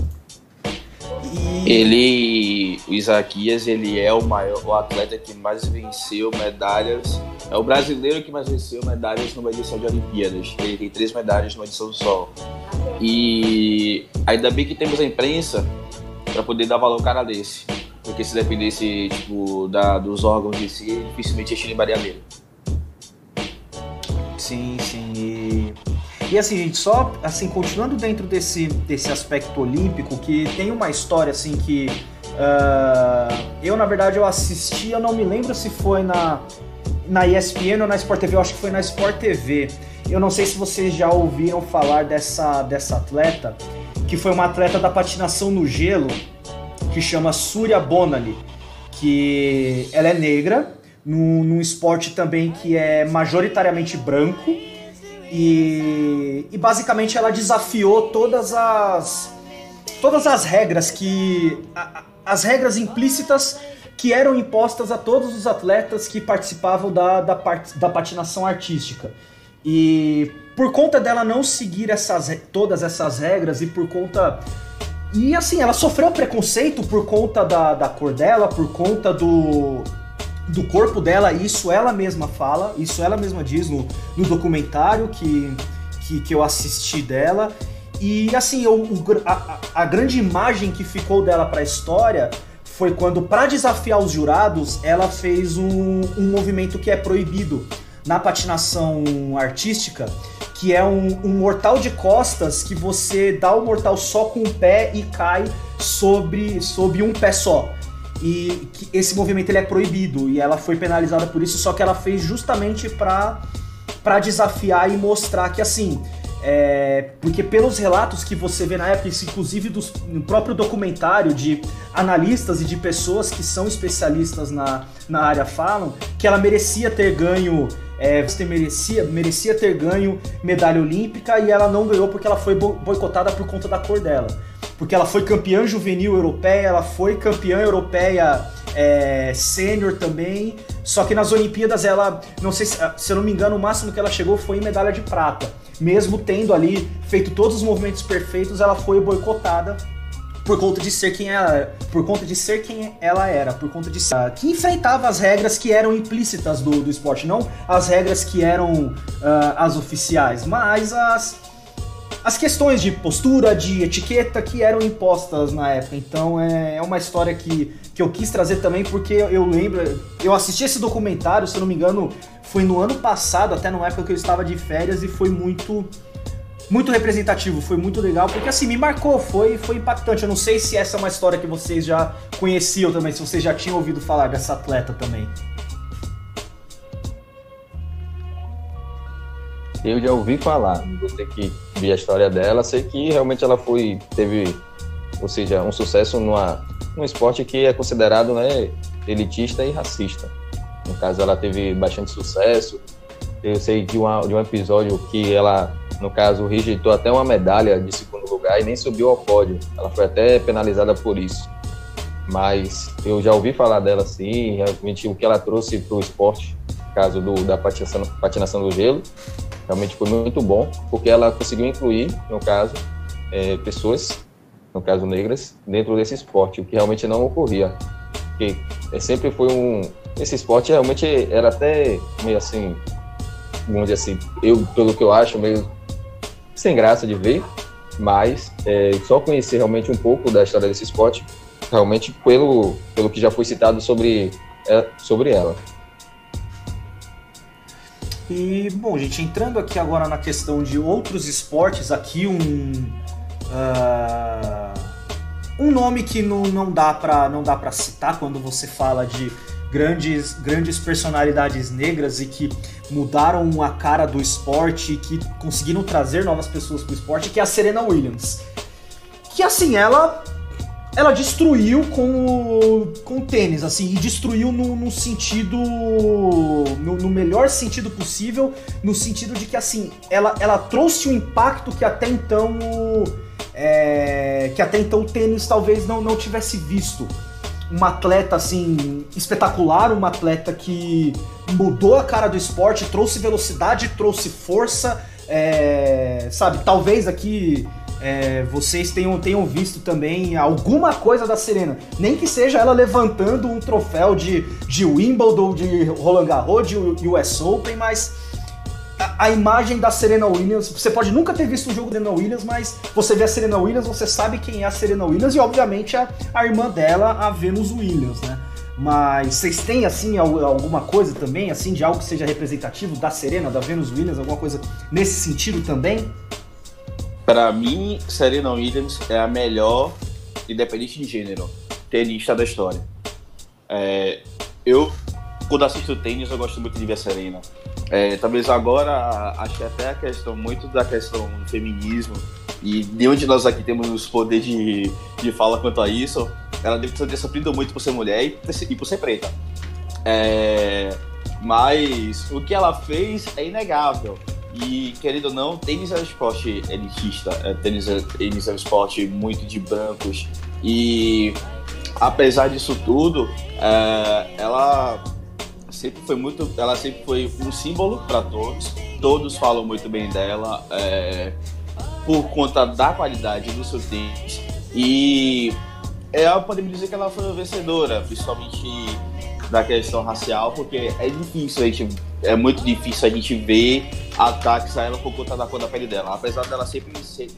O Isaquias, ele é o atleta que mais venceu medalhas, é o brasileiro que mais venceu medalhas numa edição de Olimpíadas. Ele tem 3 medalhas numa edição só. E ainda bem que temos a imprensa para poder dar valor a um cara desse. Porque se dependesse, tipo, dos órgãos de si, dificilmente a China embargaria dele. Sim, sim. E assim, gente, só assim, continuando dentro desse aspecto olímpico, que tem uma história assim que eu, na verdade, eu assisti, eu não me lembro se foi na ESPN ou na Sport TV, eu acho que foi na Sport TV. Eu não sei se vocês já ouviram falar dessa atleta, que foi uma atleta da patinação no gelo, que chama Surya Bonali, que ela é negra, num esporte também que é majoritariamente branco, e basicamente ela desafiou todas as regras as regras implícitas que eram impostas a todos os atletas que participavam da patinação artística. E por conta dela não seguir todas essas regras e assim, ela sofreu preconceito por conta da cor dela, por conta do corpo dela, isso ela mesma fala, isso ela mesma diz no documentário que eu assisti dela. E assim, a grande imagem que ficou dela para a história foi quando, para desafiar os jurados, ela fez um movimento que é proibido na patinação artística, que é um mortal de costas, que você dá o mortal só com o pé e cai sobre um pé só. E esse movimento ele é proibido, e ela foi penalizada por isso, só que ela fez justamente para desafiar e mostrar que, assim, porque pelos relatos que você vê na época, inclusive no próprio documentário de analistas e de pessoas que são especialistas na área falam, que ela merecia ter ganho, merecia ter ganho medalha olímpica, e ela não ganhou porque ela foi boicotada por conta da cor dela. Porque ela foi campeã juvenil europeia, ela foi campeã europeia sênior também, só que nas Olimpíadas ela, não sei se eu não me engano, o máximo que ela chegou foi em medalha de prata. Mesmo tendo ali feito todos os movimentos perfeitos, ela foi boicotada por conta de ser quem ela era, por conta de ser que enfrentava as regras que eram implícitas do esporte, não as regras que eram as oficiais, mas as questões de postura, de etiqueta que eram impostas na época. Então é uma história que eu quis trazer também, porque eu lembro, eu assisti esse documentário, se eu não me engano, foi no ano passado, até numa época que eu estava de férias, e foi muito representativo, foi muito legal, porque assim, me marcou, foi impactante. Eu não sei se essa é uma história que vocês já conheciam também, se vocês já tinham ouvido falar dessa atleta também. Eu já ouvi falar, você que viu a história dela, sei que realmente ela teve, ou seja, um sucesso num esporte que é considerado, né, elitista e racista. No caso, ela teve bastante sucesso. Eu sei de um episódio que ela, no caso, rejeitou até uma medalha de segundo lugar e nem subiu ao pódio. Ela foi até penalizada por isso. Mas eu já ouvi falar dela, sim, realmente o que ela trouxe para o esporte, no caso da patinação do gelo, realmente foi muito bom, porque ela conseguiu incluir, no caso, pessoas, no caso negras, dentro desse esporte, o que realmente não ocorria. Porque sempre foi esse esporte realmente era até meio assim, vamos dizer assim, pelo que eu acho, meio sem graça de ver, mas só conhecer realmente um pouco da história desse esporte, realmente pelo que já foi citado sobre ela. E, bom, gente, entrando aqui agora na questão de outros esportes, aqui um nome que não dá pra citar quando você fala de grandes personalidades negras e que mudaram a cara do esporte, que conseguiram trazer novas pessoas pro esporte, que é a Serena Williams. Que, assim, ela destruiu com o tênis, assim, e destruiu no sentido, no melhor sentido possível, no sentido de que, assim, ela trouxe um impacto que até então o tênis talvez não tivesse visto. Uma atleta, assim, espetacular, uma atleta que mudou a cara do esporte, trouxe velocidade, trouxe força, sabe, talvez aqui vocês tenham visto também alguma coisa da Serena, nem que seja ela levantando um troféu de Wimbledon, de Roland Garros, de US Open, mas a imagem da Serena Williams, você pode nunca ter visto o jogo da Serena Williams, mas você vê a Serena Williams, você sabe quem é a Serena Williams e obviamente a irmã dela, a Venus Williams, né? Mas vocês têm, assim, alguma coisa também, assim, de algo que seja representativo da Serena, da Venus Williams, alguma coisa nesse sentido também? Pra mim, Serena Williams é a melhor, independente de gênero, tenista da história. Eu, quando assisto tênis, eu gosto muito de ver a Serena. Talvez agora, acho que até a questão, muito da questão do feminismo, e de onde nós aqui temos poder de fala quanto a isso, ela deve ter sofrido muito por ser mulher e por ser preta. Mas o que ela fez é inegável. E, querendo ou não, tênis é um esporte elitista, tênis é um esporte muito de brancos. E, apesar disso tudo, ela sempre foi um símbolo para todos. Todos falam muito bem dela, por conta da qualidade do seu tênis. E podemos dizer que ela foi a vencedora, principalmente da questão racial, porque é muito difícil a gente ver ataques a ela por conta da cor da pele dela. Apesar dela sempre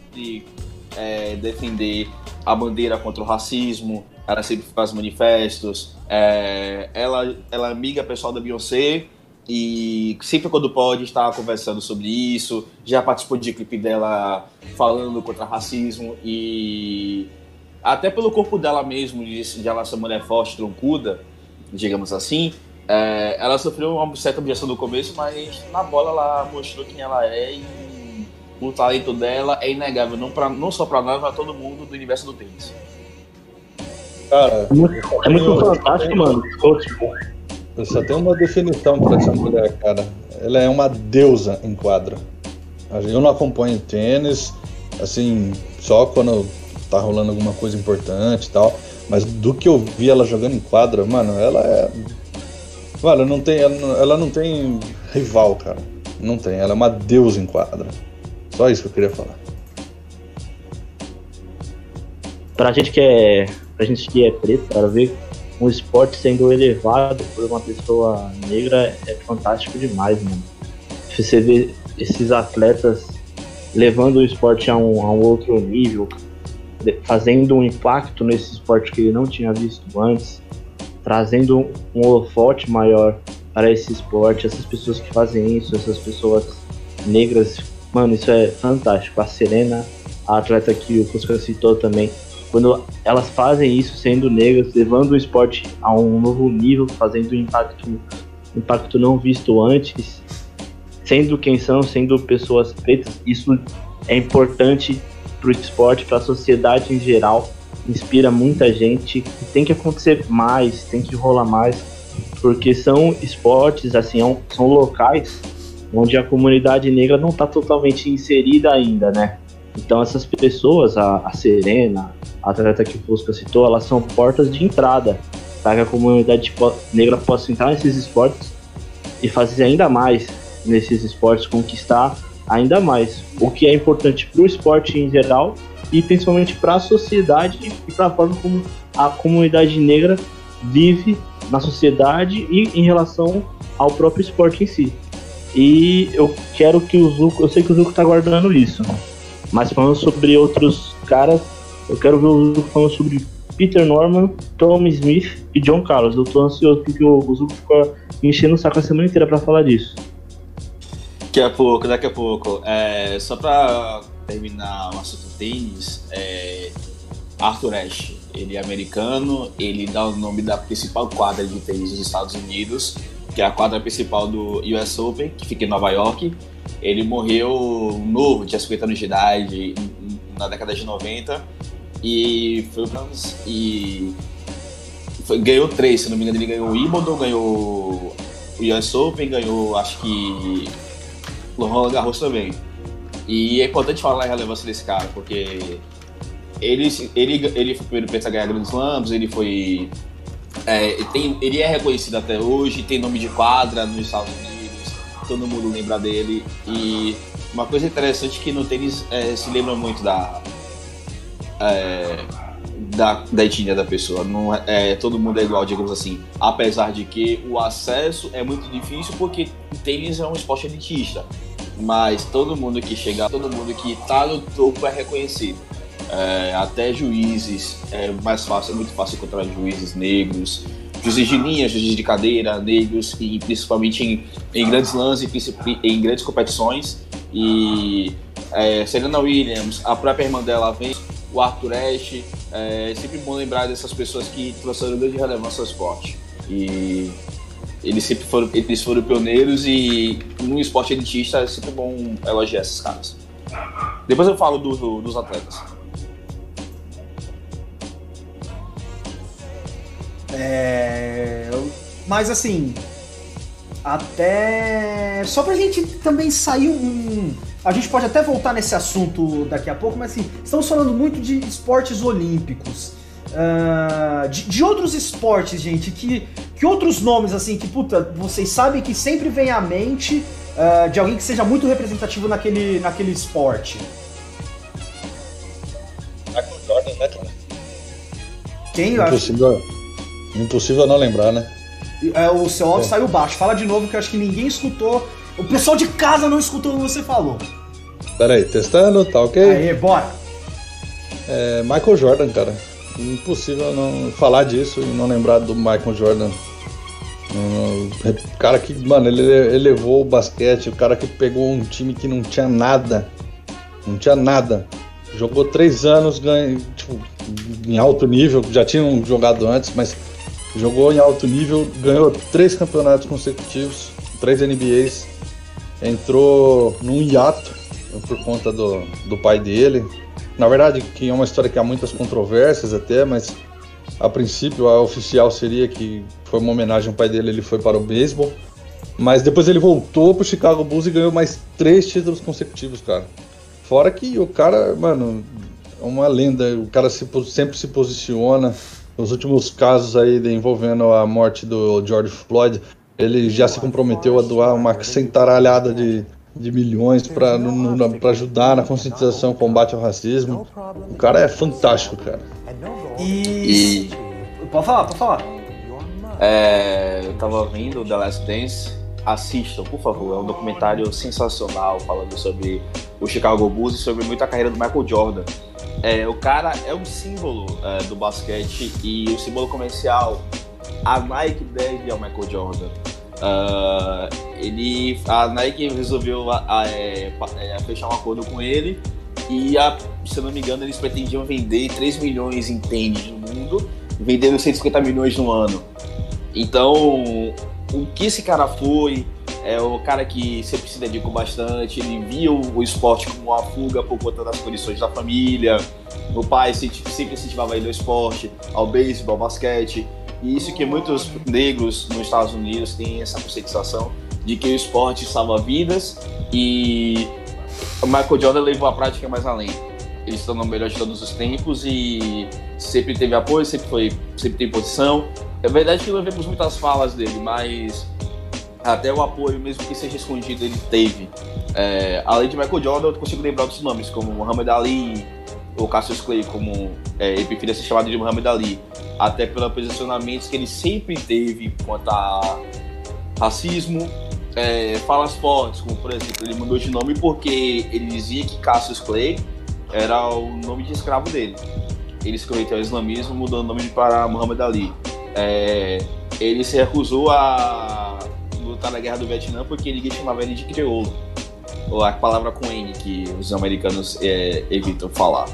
defender a bandeira contra o racismo, ela sempre faz manifestos, ela é amiga pessoal da Beyoncé e sempre quando pode está conversando sobre isso, já participou de clipe dela falando contra racismo e até pelo corpo dela mesmo, de ela ser mulher forte, troncuda, digamos assim, ela sofreu uma certa objeção no começo, mas na bola ela mostrou quem ela é e o talento dela é inegável, não só para nós, mas para todo mundo do universo do tênis. Cara, É muito fantástico, mano. eu só tenho uma definição pra essa mulher, cara. Ela é uma deusa em quadra. Eu não acompanho tênis, assim, só quando tá rolando alguma coisa importante e tal. Mas do que eu vi ela jogando em quadra, mano, ela é... Mano, ela não tem rival, cara. Não tem, ela é uma deusa em quadra. Só isso que eu queria falar. Pra gente que é preto, cara, ver um esporte sendo elevado por uma pessoa negra é fantástico demais, mano. Você vê esses atletas levando o esporte a um outro nível, fazendo um impacto nesse esporte que ele não tinha visto antes, trazendo um holofote maior para esse esporte, essas pessoas que fazem isso, essas pessoas negras, mano, isso é fantástico. A Serena, a atleta que o Fusca citou também, quando elas fazem isso sendo negras, levando o esporte a um novo nível, fazendo um impacto não visto antes, sendo quem são, sendo pessoas pretas, isso é importante para o esporte, para a sociedade em geral, inspira muita gente, tem que acontecer mais, tem que rolar mais, porque são esportes, assim, são locais onde a comunidade negra não está totalmente inserida ainda, né? Então essas pessoas, a Serena, a atleta que o Fusca citou, elas são portas de entrada para que a comunidade negra possa entrar nesses esportes e fazer ainda mais nesses esportes, conquistar ainda mais, o que é importante para o esporte em geral e principalmente para a sociedade e para a forma como a comunidade negra vive na sociedade e em relação ao próprio esporte em si. E eu quero que o Zuko, eu sei que o Zuko tá guardando isso, mas falando sobre outros caras, eu quero ver o Zuko falando sobre Peter Norman, Tom Smith e John Carlos. Eu tô ansioso porque o Zuko ficou enchendo o saco a semana inteira pra falar disso. Daqui a pouco. Só pra terminar o assunto tênis, Arthur Ashe, ele é americano, ele dá o nome da principal quadra de tênis dos Estados Unidos, que é a quadra principal do US Open, que fica em Nova York. Ele morreu novo, tinha 50 anos de idade, na década de 90, e ganhou 3, se não me engano. Ele ganhou o Wimbledon, ganhou o US Open, ganhou, acho que, o Roland Garros também. E é importante falar a relevância desse cara, porque ele foi o primeiro preto a ganhar grandes slams, ele é reconhecido até hoje, tem nome de quadra nos Estados Unidos, todo mundo lembra dele. E uma coisa interessante é que no tênis se lembra muito da etnia da pessoa, não todo mundo é igual, digamos assim, apesar de que o acesso é muito difícil porque o tênis é um esporte elitista. mas todo mundo que chega, todo mundo que tá no topo é reconhecido. Até juízes, é muito fácil encontrar juízes negros, juízes de linha, juízes de cadeira, negros, e principalmente em grandes lãs e em grandes competições. E Serena Williams, a própria irmã dela vem, o Arthur Ashe, é sempre bom lembrar dessas pessoas que trouxeram grande relevância ao esporte. E eles foram pioneiros, e no esporte elitista é sempre bom elogiar esses caras. Depois eu falo dos atletas. Mas assim, até só pra gente também sair a gente pode até voltar nesse assunto daqui a pouco, mas assim, estamos falando muito de esportes olímpicos, de outros esportes, gente, que outros nomes, assim, que puta, vocês sabem que sempre vem à mente de alguém que seja muito representativo naquele esporte. Michael Jordan, né, cara? Quem? Impossível não lembrar, né? O seu áudio saiu baixo. Fala de novo, que eu acho que ninguém escutou. O pessoal de casa não escutou o que você falou. Pera aí, testando, tá ok? Aê, bora. Michael Jordan, cara. Impossível não falar disso e não lembrar do Michael Jordan. O cara que, mano, ele elevou o basquete, o cara que pegou um time que não tinha nada. Não tinha nada. Jogou 3 anos, em alto nível, já tinham jogado antes, mas jogou em alto nível, ganhou 3 campeonatos consecutivos, 3 NBAs, entrou num hiato por conta do pai dele. Na verdade, que é uma história que há muitas controvérsias até, mas a princípio a oficial seria que foi uma homenagem ao pai dele, ele foi para o beisebol, mas depois ele voltou pro Chicago Bulls e ganhou mais 3 títulos consecutivos, cara. Fora que o cara, mano, é uma lenda, o cara sempre se posiciona. Nos últimos casos aí envolvendo a morte do George Floyd, ele já se comprometeu a doar uma centaralhada de milhões para ajudar na conscientização, combate ao racismo. O cara é fantástico, cara. E... Pode falar. Eu tava vendo The Last Dance. Assistam, por favor, é um documentário sensacional falando sobre o Chicago Bulls e sobre muita carreira do Michael Jordan. O cara é um símbolo do basquete e o símbolo comercial. A Nike deve ao Michael Jordan. A Nike resolveu fechar um acordo com ele e, se eu não me engano, eles pretendiam vender 3 milhões em tênis no mundo, vendendo 150 milhões no ano. Então, o que esse cara foi, é o cara que sempre se dedicou bastante, ele via o esporte como uma fuga por conta das condições da família. O pai sempre incentivava ele ao esporte, ao beisebol, ao basquete. E isso que muitos negros nos Estados Unidos têm essa conscientização de que o esporte salva vidas, e o Michael Jordan levou a prática mais além. Ele se tornou o melhor de todos os tempos e sempre teve apoio, sempre teve posição. É verdade que não vemos muitas falas dele, mas até o apoio, mesmo que seja escondido, ele teve. Além de Michael Jordan, eu consigo lembrar outros nomes, como Muhammad Ali, ou Cassius Clay, como ele preferia ser chamado de Muhammad Ali, até pelos posicionamentos que ele sempre teve quanto a racismo, falas fortes, como por exemplo, ele mudou de nome porque ele dizia que Cassius Clay era o nome de escravo dele. Ele se converteu ao islamismo, mudou o nome para Muhammad Ali. Ele se recusou a lutar na guerra do Vietnã porque ninguém chamava ele de crioulo, ou a palavra com N que os americanos evitam falar.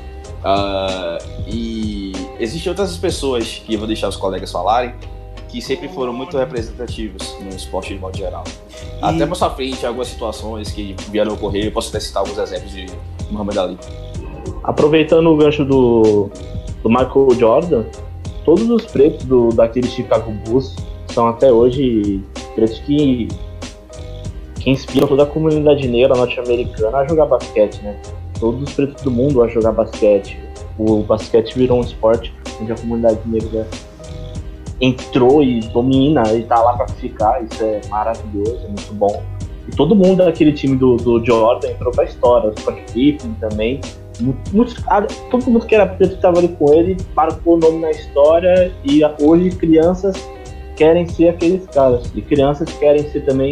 E existem outras pessoas que eu vou deixar os colegas falarem, que sempre foram muito representativos no esporte de modo geral. Até mais à frente, algumas situações que vieram a ocorrer, eu posso até citar alguns exemplos de Muhammad Ali. Aproveitando o gancho do Michael Jordan, todos os pretos daquele Chicago Bulls são até hoje pretos que inspiram toda a comunidade negra norte-americana a jogar basquete, né? Todos os pretos do mundo a jogar basquete. O basquete virou um esporte onde a comunidade negra entrou e domina e tá lá pra ficar. Isso é maravilhoso, é muito bom. E todo mundo daquele time do Jordan entrou pra história. O Scott Pippen também. Todo mundo que era preto que estava ali com ele marcou o nome na história, e hoje crianças querem ser aqueles caras, e crianças querem ser também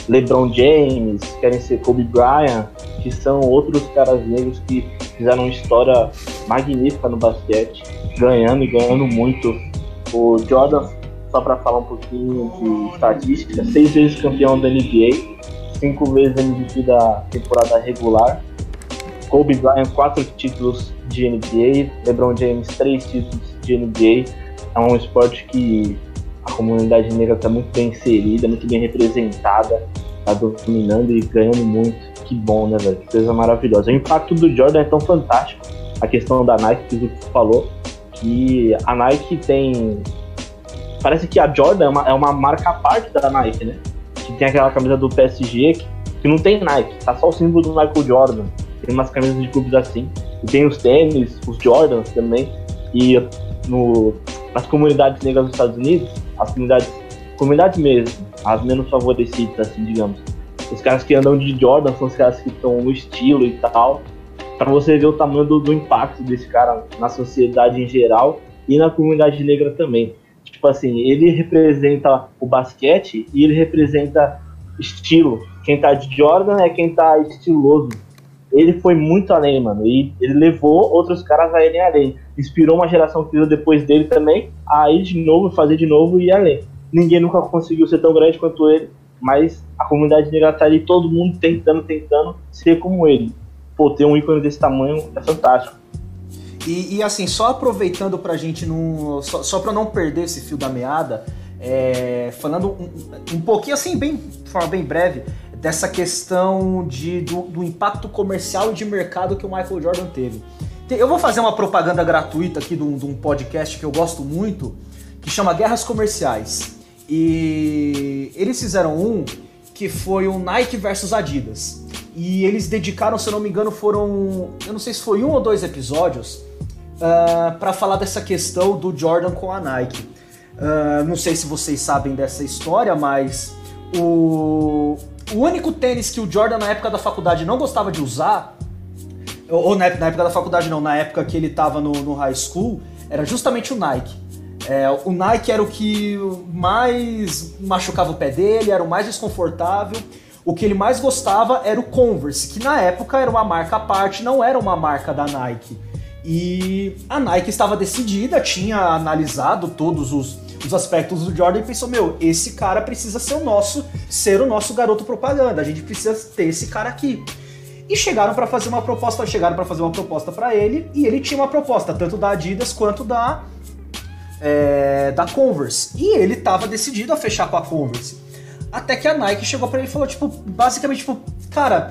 LeBron James, querem ser Kobe Bryant, que são outros caras negros que fizeram uma história magnífica no basquete, ganhando e ganhando muito. O Jordan, só para falar um pouquinho de estatística, 6 vezes campeão da NBA, 5 vezes MVP da temporada regular. Kobe Bryant, 4 títulos de NBA, LeBron James, 3 títulos de NBA. É um esporte que a comunidade negra está muito bem inserida, muito bem representada, está dominando e ganhando muito. Que bom, né, velho? Que coisa maravilhosa. O impacto do Jordan é tão fantástico. A questão da Nike, que o Zico falou, que a Nike tem... Parece que a Jordan é uma marca à parte da Nike, né? Que tem aquela camisa do PSG que não tem Nike, tá só o símbolo do Michael Jordan. Tem umas camisas de clubes assim. E tem os tênis, os Jordans também. E nas comunidades negras dos Estados Unidos, as comunidades mesmo, as menos favorecidas, assim, digamos. Os caras que andam de Jordan são os caras que estão no estilo e tal. Pra você ver o tamanho do impacto desse cara na sociedade em geral e na comunidade negra também. Tipo assim, ele representa o basquete e ele representa estilo. Quem tá de Jordan é quem tá estiloso. Ele foi muito além, mano, e ele levou outros caras a irem além. Inspirou uma geração que veio depois dele também a ir de novo, fazer de novo e ir além. Ninguém nunca conseguiu ser tão grande quanto ele, mas a comunidade negra tá ali, todo mundo tentando ser como ele. Pô, ter um ícone desse tamanho é fantástico. E assim, só aproveitando pra gente não... Só pra não perder esse fio da meada, falando um pouquinho assim, de forma bem breve, dessa questão do impacto comercial e de mercado que o Michael Jordan teve. Eu vou fazer uma propaganda gratuita aqui de um podcast que eu gosto muito, que chama Guerras Comerciais. E eles fizeram um que foi o Nike versus Adidas. E eles dedicaram, se eu não me engano, eu não sei se foi 1 ou 2 episódios, para falar dessa questão do Jordan com a Nike. Não sei se vocês sabem dessa história, mas o único tênis que o Jordan na época da faculdade não gostava de usar, ou na época da faculdade não, na época que ele estava no high school, era justamente o Nike. O Nike era o que mais machucava o pé dele, era o mais desconfortável. O que ele mais gostava era o Converse, que na época era uma marca à parte, não era uma marca da Nike. E a Nike estava decidida, tinha analisado todos os aspectos do Jordan e pensou, esse cara precisa ser o nosso garoto propaganda, a gente precisa ter esse cara aqui. E chegaram para fazer uma proposta para ele, e ele tinha uma proposta, tanto da Adidas quanto da Converse. E ele estava decidido a fechar com a Converse. Até que a Nike chegou para ele e falou, basicamente, cara,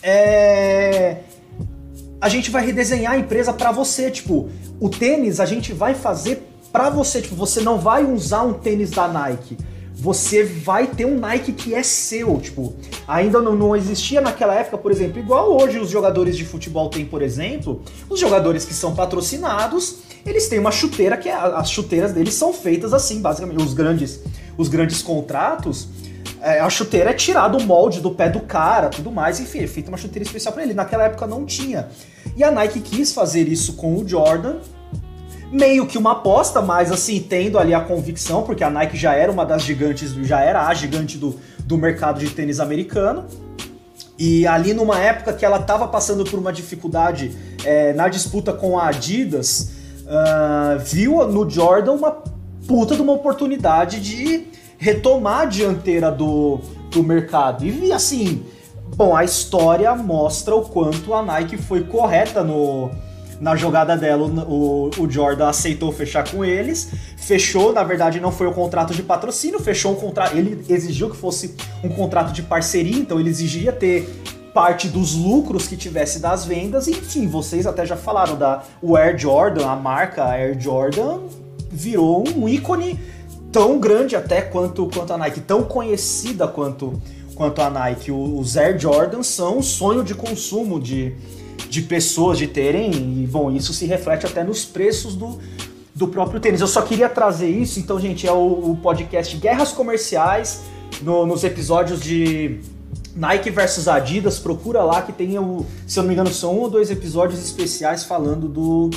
a gente vai redesenhar a empresa para você, o tênis a gente vai fazer para você, você não vai usar um tênis da Nike, você vai ter um Nike que é seu, ainda não existia naquela época, por exemplo, igual hoje os jogadores de futebol têm, por exemplo, os jogadores que são patrocinados, eles têm uma chuteira que as chuteiras deles são feitas assim, basicamente, os grandes contratos, a chuteira é tirada o molde do pé do cara, tudo mais, enfim, é feita uma chuteira especial para ele. Naquela época não tinha. E a Nike quis fazer isso com o Jordan, meio que uma aposta, mas assim, tendo ali a convicção, porque a Nike já era uma das gigantes, já era a gigante do mercado de tênis americano. E ali numa época que ela estava passando por uma dificuldade na disputa com a Adidas, viu no Jordan uma puta de uma oportunidade de retomar a dianteira do mercado. E assim, a história mostra o quanto a Nike foi correta na jogada dela. O Jordan aceitou fechar com eles, fechou, na verdade não foi um contrato de patrocínio, fechou um contrato, ele exigiu que fosse um contrato de parceria, então ele exigia ter parte dos lucros que tivesse das vendas, enfim, vocês até já falaram o Air Jordan, a marca Air Jordan virou um ícone tão grande até quanto a Nike, tão conhecida quanto a Nike. Os Air Jordan são um sonho de consumo de pessoas de terem, e isso se reflete até nos preços do próprio tênis. Eu só queria trazer isso, então, gente, é o podcast Guerras Comerciais, nos episódios de Nike versus Adidas, procura lá que tem, se eu não me engano, são 1 ou 2 episódios especiais falando do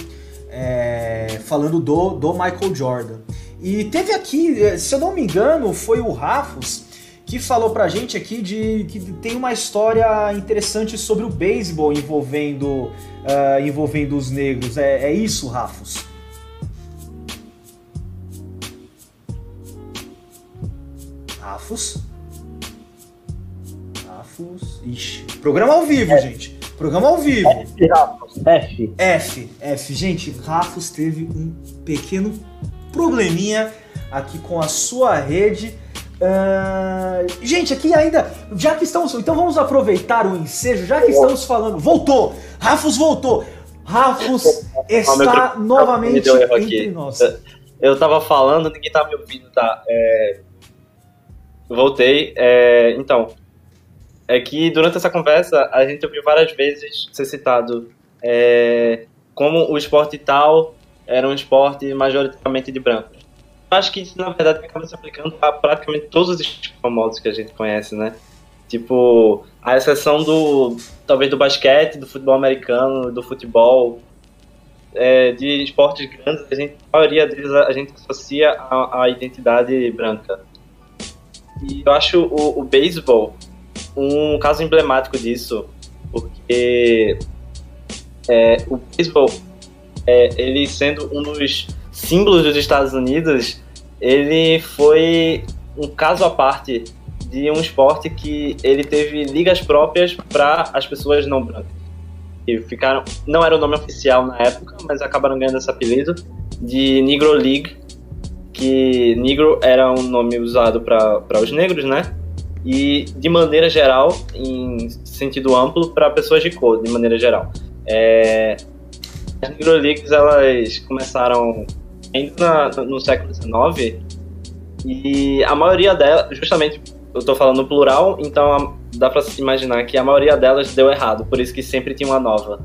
Michael Jordan. E teve aqui, se eu não me engano, foi o Rafos que falou pra gente aqui que tem uma história interessante sobre o beisebol envolvendo os negros. É isso, Rafos? Rafos? Ixi, programa ao vivo, gente. Programa ao vivo. F. Gente, Rafos teve um pequeno probleminha aqui com a sua rede. Gente, aqui ainda, já que estamos... Então vamos aproveitar o ensejo, já que estamos falando... Voltou! Rafos voltou! Rafos está novamente entre nós. Eu tava falando, ninguém tava me ouvindo, tá? Voltei. Então, é que durante essa conversa a gente ouviu várias vezes ser citado como o esporte tal era um esporte majoritariamente de brancos. Acho que isso, na verdade, acaba se aplicando a praticamente todos os esportes famosos que a gente conhece, né? Tipo, a exceção talvez do basquete, do futebol americano, do futebol, de esportes grandes, a maioria deles a gente associa a identidade branca. E eu acho o beisebol um caso emblemático disso, porque o beisebol, ele sendo um dos símbolos dos Estados Unidos, ele foi um caso à parte de um esporte que ele teve ligas próprias para as pessoas não brancas. E não era o nome oficial na época, mas acabaram ganhando esse apelido de Negro League, que negro era um nome usado para os negros, né? E, de maneira geral, em sentido amplo, para pessoas de cor, de maneira geral. As Negro Leagues, elas começaram ainda no século XIX, e a maioria delas, justamente, eu estou falando no plural, então dá para se imaginar que a maioria delas deu errado, por isso que sempre tinha uma nova.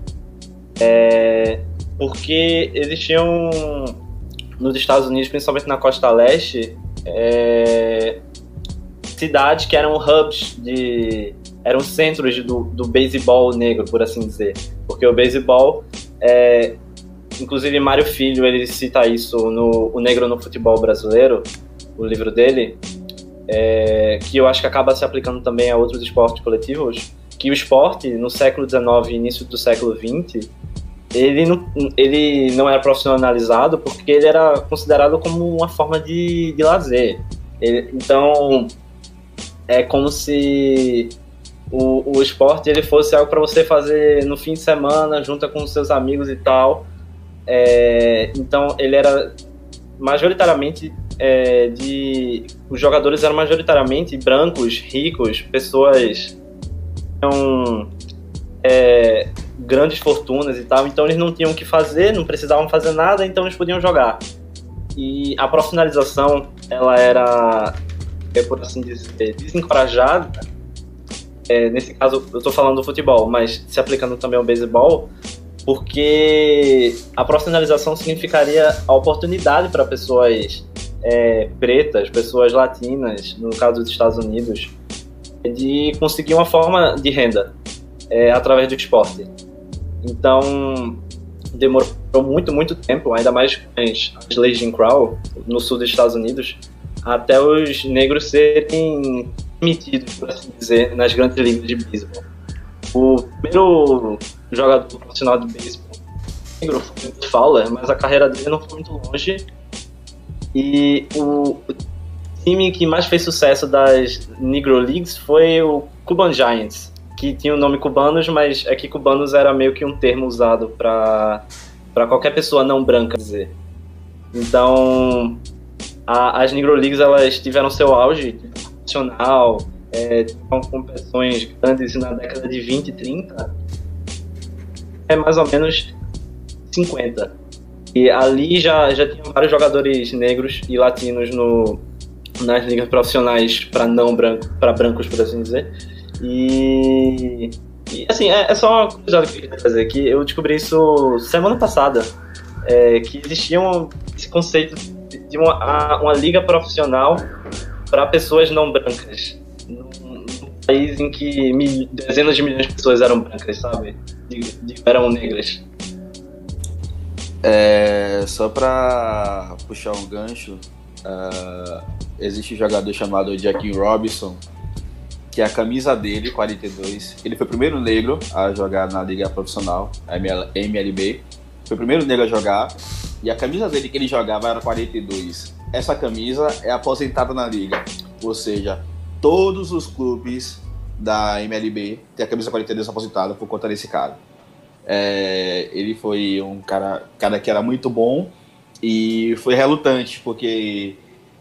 Porque existiam, nos Estados Unidos, principalmente na costa leste, cidades que eram hubs, eram centros do beisebol negro, por assim dizer. Porque o beisebol, inclusive Mário Filho, ele cita isso no O Negro no Futebol Brasileiro, o livro dele, que eu acho que acaba se aplicando também a outros esportes coletivos, que o esporte, no século XIX e início do século XX, ele não era profissionalizado porque ele era considerado como uma forma de lazer. Então, é como se o esporte ele fosse algo para você fazer no fim de semana, junto com os seus amigos e tal. Então, ele era majoritariamente os jogadores eram majoritariamente brancos, ricos, pessoas com grandes fortunas e tal. Então, eles não tinham o que fazer, não precisavam fazer nada, então eles podiam jogar. E a profissionalização, ela era, por assim dizer, desencorajada. Nesse caso, eu estou falando do futebol, mas se aplicando também ao beisebol, porque a profissionalização significaria a oportunidade para pessoas pretas, pessoas latinas, no caso dos Estados Unidos, de conseguir uma forma de renda através do esporte. Então, demorou muito, muito tempo, ainda mais com as leis de Jim Crow, no sul dos Estados Unidos, até os negros serem permitidos, por assim dizer, nas grandes ligas de beisebol. O primeiro jogador profissional de beisebol negro foi o Fowler, mas a carreira dele não foi muito longe. E o time que mais fez sucesso das Negro Leagues foi o Cuban Giants, que tinha o nome cubanos, mas é que cubanos era meio que um termo usado para qualquer pessoa não branca dizer. Então, as Negro Leagues, elas tiveram seu auge nacional, com competições grandes na década de 20 e 30, mais ou menos 50. E ali já tinham vários jogadores negros e latinos nas ligas profissionais para brancos, por assim dizer. E assim, é só uma curiosidade que eu queria trazer, que eu descobri isso semana passada, que existia esse conceito de uma liga profissional para pessoas não brancas, num país em que dezenas de milhões de pessoas eram brancas, sabe? Eram negras. Só pra puxar um gancho, existe um jogador chamado Jackie Robinson, que a camisa dele, 42, ele foi o primeiro negro a jogar na liga profissional, a MLB. Foi o primeiro negro a jogar, e a camisa dele que ele jogava era 42. Essa camisa é aposentada na liga, ou seja, todos os clubes da MLB têm a camisa 42 aposentada por conta desse cara. Ele foi um cara que era muito bom e foi relutante, porque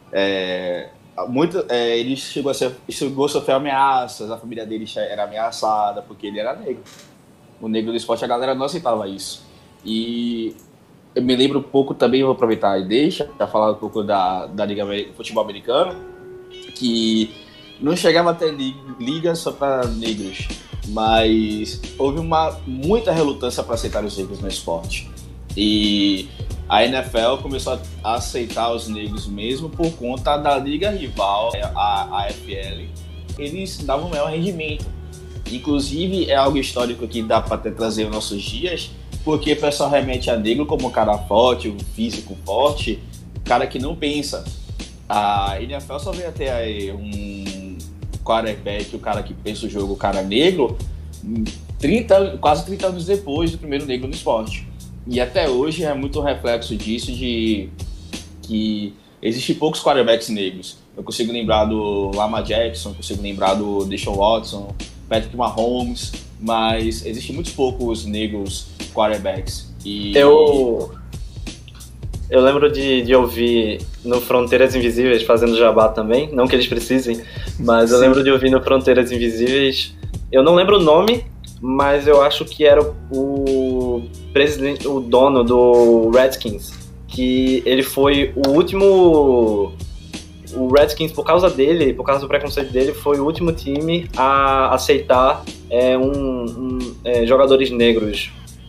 ele chegou a sofrer ameaças, a família dele era ameaçada porque ele era negro. O negro do esporte, a galera não aceitava isso. E eu me lembro um pouco também, vou aproveitar e deixa para falar um pouco da Liga Futebol Americano, que não chegava a ter liga só para negros, mas houve muita relutância para aceitar os negros no esporte. E a NFL começou a aceitar os negros mesmo por conta da liga rival, a AFL. Eles davam maior rendimento. Inclusive, é algo histórico que dá para trazer nos nossos dias, porque o pessoal remete a negro como um cara forte, um físico forte, cara que não pensa. A NFL só veio até um quarterback, o cara que pensa o jogo, o cara negro, quase 30 anos depois do primeiro negro no esporte. E até hoje é muito reflexo disso, de que existem poucos quarterbacks negros. Eu consigo lembrar do Lamar Jackson, consigo lembrar do Deshaun Watson, Patrick Mahomes, mas existem muitos poucos negros quarterbacks. E eu lembro de ouvir no Fronteiras Invisíveis, fazendo jabá também, não que eles precisem, mas eu lembro de ouvir no Fronteiras Invisíveis, eu não lembro o nome, mas eu acho que era o presidente, o dono do Redskins, que ele foi o último... O Redskins, por causa dele, por causa do preconceito dele, foi o último time a aceitar jogadores negros.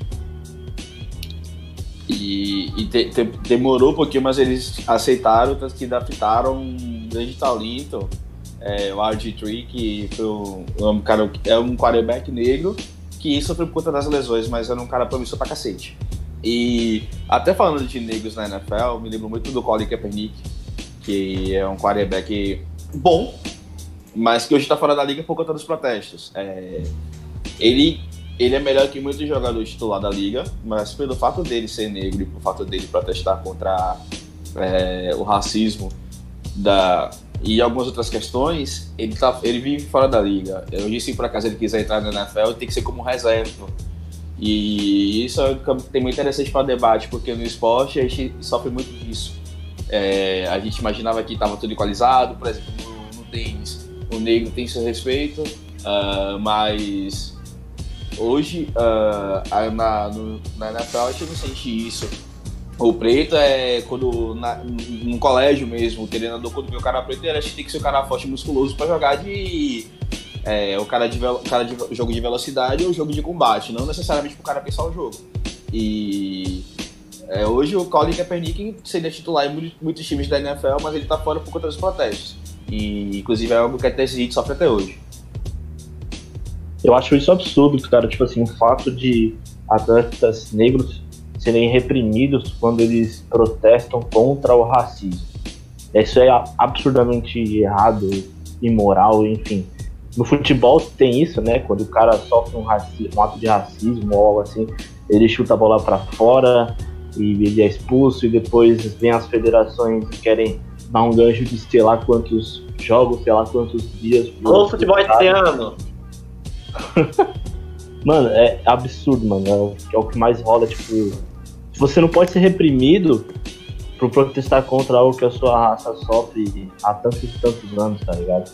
E demorou um pouquinho, mas eles aceitaram, tanto que adaptaram um grande talento, o RG3, que foi um quarterback negro, que sofreu por conta das lesões, mas era um cara promissor pra cacete. E até falando de negros na NFL, me lembro muito do Colin Kaepernick, que é um quarterback bom, mas que hoje está fora da liga por conta dos protestos. Ele é melhor que muitos jogadores titulares da liga, mas pelo fato dele ser negro e pelo fato dele protestar contra o racismo e algumas outras questões, ele vive fora da liga. Eu disse que por acaso ele quiser entrar na NFL, tem que ser como reserva. E isso é um tem muito interessante para o debate, porque no esporte a gente sofre muito disso. A gente imaginava que estava tudo equalizado, por exemplo, no tênis, o negro tem seu respeito, mas hoje na NFL a gente não sente isso. O preto quando no colégio mesmo, o treinador, quando vê o cara preto, ele acha que tem que ser um cara forte e musculoso para jogar o cara de jogo de velocidade ou jogo de combate, não necessariamente para o cara pensar o jogo. E hoje o Colin Kaepernick seria titular em muitos times da NFL, mas ele tá fora por conta dos protestos. E inclusive é algo que a TSI sofre até hoje. Eu acho isso absurdo, cara. Tipo assim, o fato de atletas negros serem reprimidos quando eles protestam contra o racismo. Isso é absurdamente errado, imoral, enfim. No futebol tem isso, né? Quando o cara sofre um ato de racismo ou algo assim, ele chuta a bola pra fora e ele é expulso, e depois vem as federações e querem dar um gancho de sei lá quantos jogos, sei lá quantos dias. Ô, futebol italiano! Mano, é absurdo, mano. É o que mais rola, tipo... Você não pode ser reprimido por protestar contra algo que a sua raça sofre há tantos e tantos anos, tá ligado?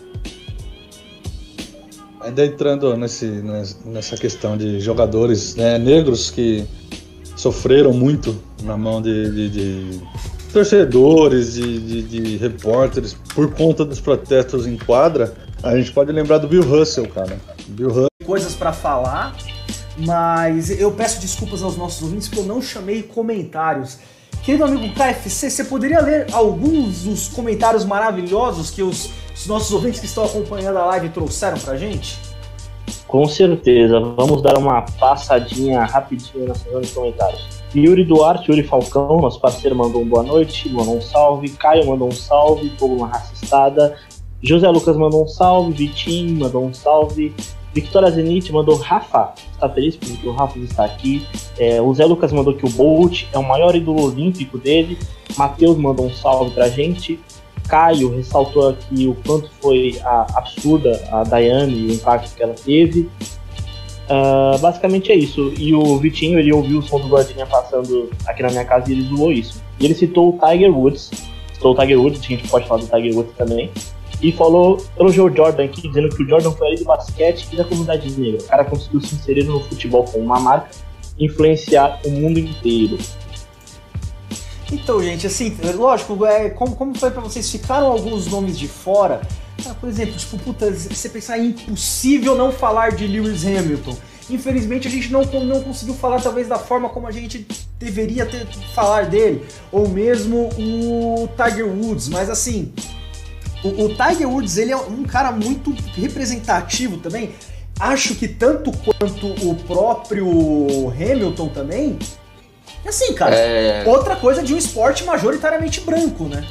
Ainda entrando nessa questão de jogadores, né, negros que sofreram muito na mão de torcedores, de repórteres, por conta dos protestos em quadra, a gente pode lembrar do Bill Russell, cara. Bill Russell. Coisas pra falar, mas eu peço desculpas aos nossos ouvintes porque eu não chamei comentários. Querido amigo KFC, você poderia ler alguns dos comentários maravilhosos que os nossos ouvintes que estão acompanhando a live trouxeram pra gente? Com certeza, vamos dar uma passadinha rapidinho na sessão de comentários. Yuri Duarte, Yuri Falcão, nosso parceiro, mandou um boa noite, mandou um salve. Caio mandou um salve, povo uma racistada. José Lucas mandou um salve, Vitinho mandou um salve, Victoria Zenit mandou Rafa, está feliz porque o Rafa está aqui. O Zé Lucas mandou que o Bolt é o maior ídolo olímpico dele. Matheus mandou um salve pra gente. Caio ressaltou aqui o quanto foi absurda a Daiane e o impacto que ela teve. Basicamente é isso. E o Vitinho, ele ouviu o som do Guardinha passando aqui na minha casa e ele zoou isso. E ele citou o Tiger Woods. A gente pode falar do Tiger Woods também. E elogiou o Jordan aqui, dizendo que o Jordan foi ali do basquete e da comunidade negra. O cara conseguiu se inserir no futebol com uma marca e influenciar o mundo inteiro. Então, gente, assim, lógico, como foi pra vocês, ficaram alguns nomes de fora. Por exemplo, tipo, puta, você pensar em impossível não falar de Lewis Hamilton. Infelizmente a gente não conseguiu falar talvez da forma como a gente deveria falar dele. Ou mesmo o Tiger Woods, mas assim, o Tiger Woods, ele é um cara muito representativo também. Acho que tanto quanto o próprio Hamilton também. E assim, cara, outra coisa de um esporte majoritariamente branco, né?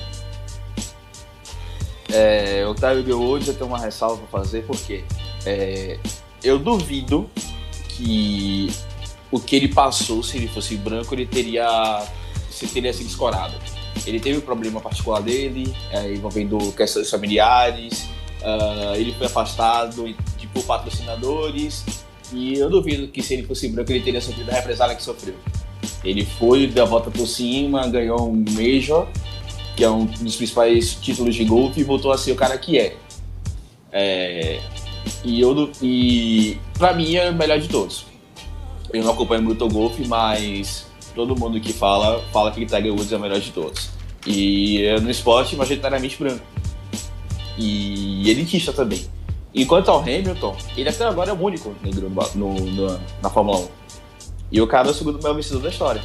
O Tiger Woods eu tenho uma ressalva pra fazer, porque eu duvido que o que ele passou, se ele fosse branco, ele teria sido escorado. Ele teve um problema particular dele, envolvendo questões familiares, ele foi afastado por patrocinadores, e eu duvido que se ele fosse branco ele teria sofrido a represália que sofreu. Ele foi, deu a volta por cima, ganhou um Major, que é um dos principais títulos de golfe, e voltou a ser o cara que é. E pra mim é o melhor de todos. Eu não acompanho muito o golfe, mas todo mundo que fala que Tiger Woods é o melhor de todos. E é no esporte majoritariamente branco. E elitista também. Enquanto ao Hamilton, ele até agora é o único negro na Fórmula 1. E o cara é o segundo maior vencedor da história.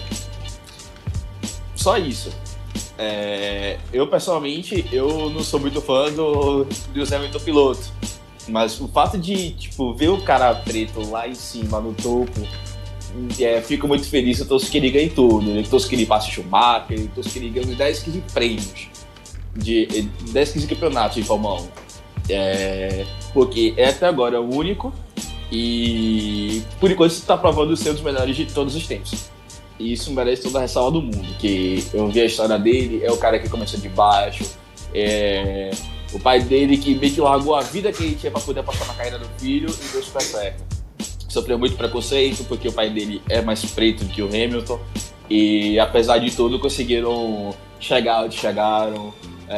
Só isso. Eu, pessoalmente, eu não sou muito fã do Lewis Hamilton piloto. Mas o fato de, ver o cara preto lá em cima, no topo, fico muito feliz. Eu torço que ele ganhe tudo. Eu torço que ele passe Schumacher, eu torço que ele ganhe uns 10, 15 prêmios. 10, 15 campeonatos de Fórmula 1. Porque até agora é o único. E por enquanto você está provando ser um dos melhores de todos os tempos. E isso merece toda a ressalva do mundo. Que eu vi a história dele, é o cara que começou de baixo. O pai dele que meio que largou a vida que ele tinha para poder apostar na carreira do filho e deu super certo. Sofreu muito preconceito porque o pai dele é mais preto do que o Hamilton. E apesar de tudo conseguiram chegar onde chegaram.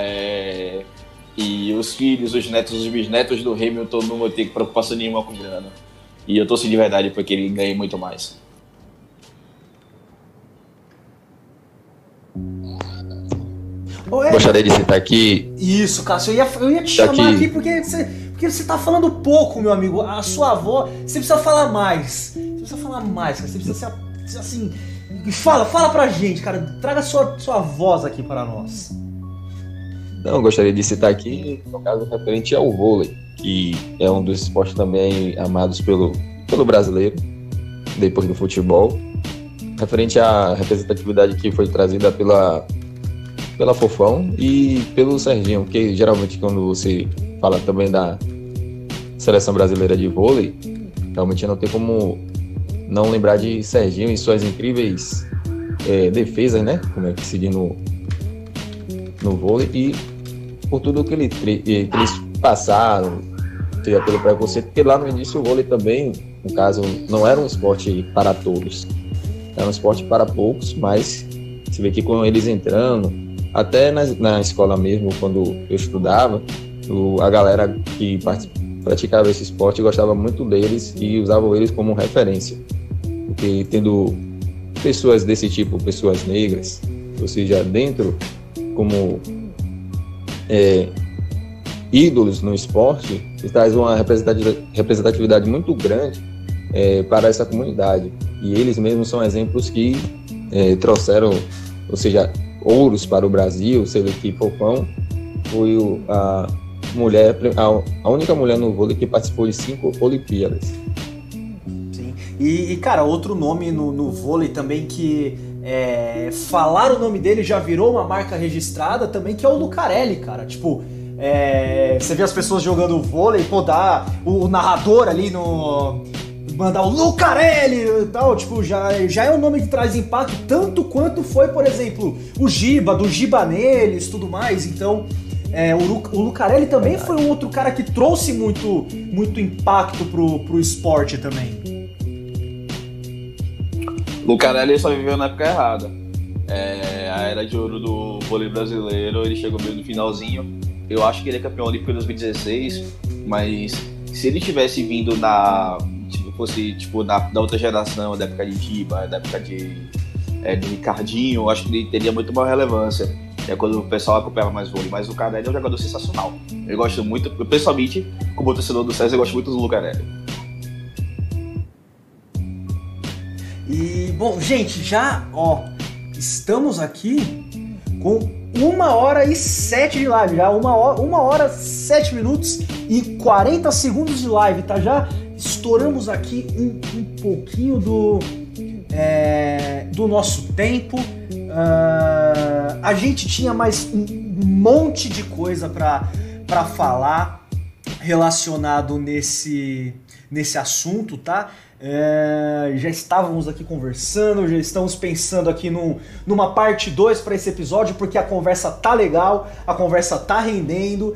E os filhos, os netos, os bisnetos do Hamilton não vão ter preocupação nenhuma com grana. E eu torço de verdade porque ele ganhe muito mais. Gostaria de citar aqui... Isso, Cássio, eu ia te chamar aqui porque você tá falando pouco, meu amigo. A sua voz, você precisa falar mais. Cara. Você precisa assim... Fala pra gente, cara. Traga sua voz aqui para nós. Não, gostaria de citar aqui, no caso, referente ao vôlei, que é um dos esportes também amados pelo brasileiro, depois do futebol. Referente à representatividade que foi trazida pela Fofão e pelo Serginho, porque geralmente quando você fala também da seleção brasileira de vôlei, realmente não tem como não lembrar de Serginho e suas incríveis defesas, né? Como é que se diz no vôlei, e por tudo que eles passaram, seja pelo preconceito, porque lá no início o vôlei também, no caso, não era um esporte para todos, era um esporte para poucos, mas você vê que com eles entrando, até na escola mesmo, quando eu estudava, a galera que praticava esse esporte gostava muito deles e usavam eles como referência, porque tendo pessoas desse tipo, pessoas negras, ou seja, dentro como ídolos no esporte, traz uma representatividade muito grande para essa comunidade. E eles mesmos são exemplos que trouxeram, ou seja, ouros para o Brasil. Você vê que Fofão foi a única mulher no vôlei que participou de 5 Olimpíadas. Sim. E cara, outro nome no vôlei também que falar o nome dele já virou uma marca registrada também, que é o Lucarelli, cara. Você vê as pessoas jogando vôlei, pô, dá o narrador ali mandar o Lucarelli e tal, tipo, já é um nome que traz impacto, tanto quanto foi, por exemplo, o Giba, do Giba neles, tudo mais. Então, o Lucarelli também foi um outro cara que trouxe muito impacto pro esporte também. Lucarelli só viveu na época errada. A era de ouro do vôlei brasileiro, ele chegou meio no finalzinho. Eu acho que ele é campeão olímpico em 2016, mas se ele tivesse vindo fosse tipo da outra geração, da época de Giba, da época de Ricardinho, eu acho que ele teria muito maior relevância. Quando o pessoal acompanhava mais vôlei. Mas o Lucarelli é um jogador sensacional. Eu gosto muito, pessoalmente, como torcedor do César, eu gosto muito do Lucarelli. E, bom, gente, estamos aqui com 1h07 de live, já 1h, 7 minutos e 40 segundos de live, tá? Já estouramos aqui um pouquinho do nosso tempo. A gente tinha mais um monte de coisa para falar relacionado nesse assunto, tá? Já estávamos aqui conversando, já estamos pensando aqui numa parte 2 para esse episódio, porque a conversa tá legal, a conversa tá rendendo,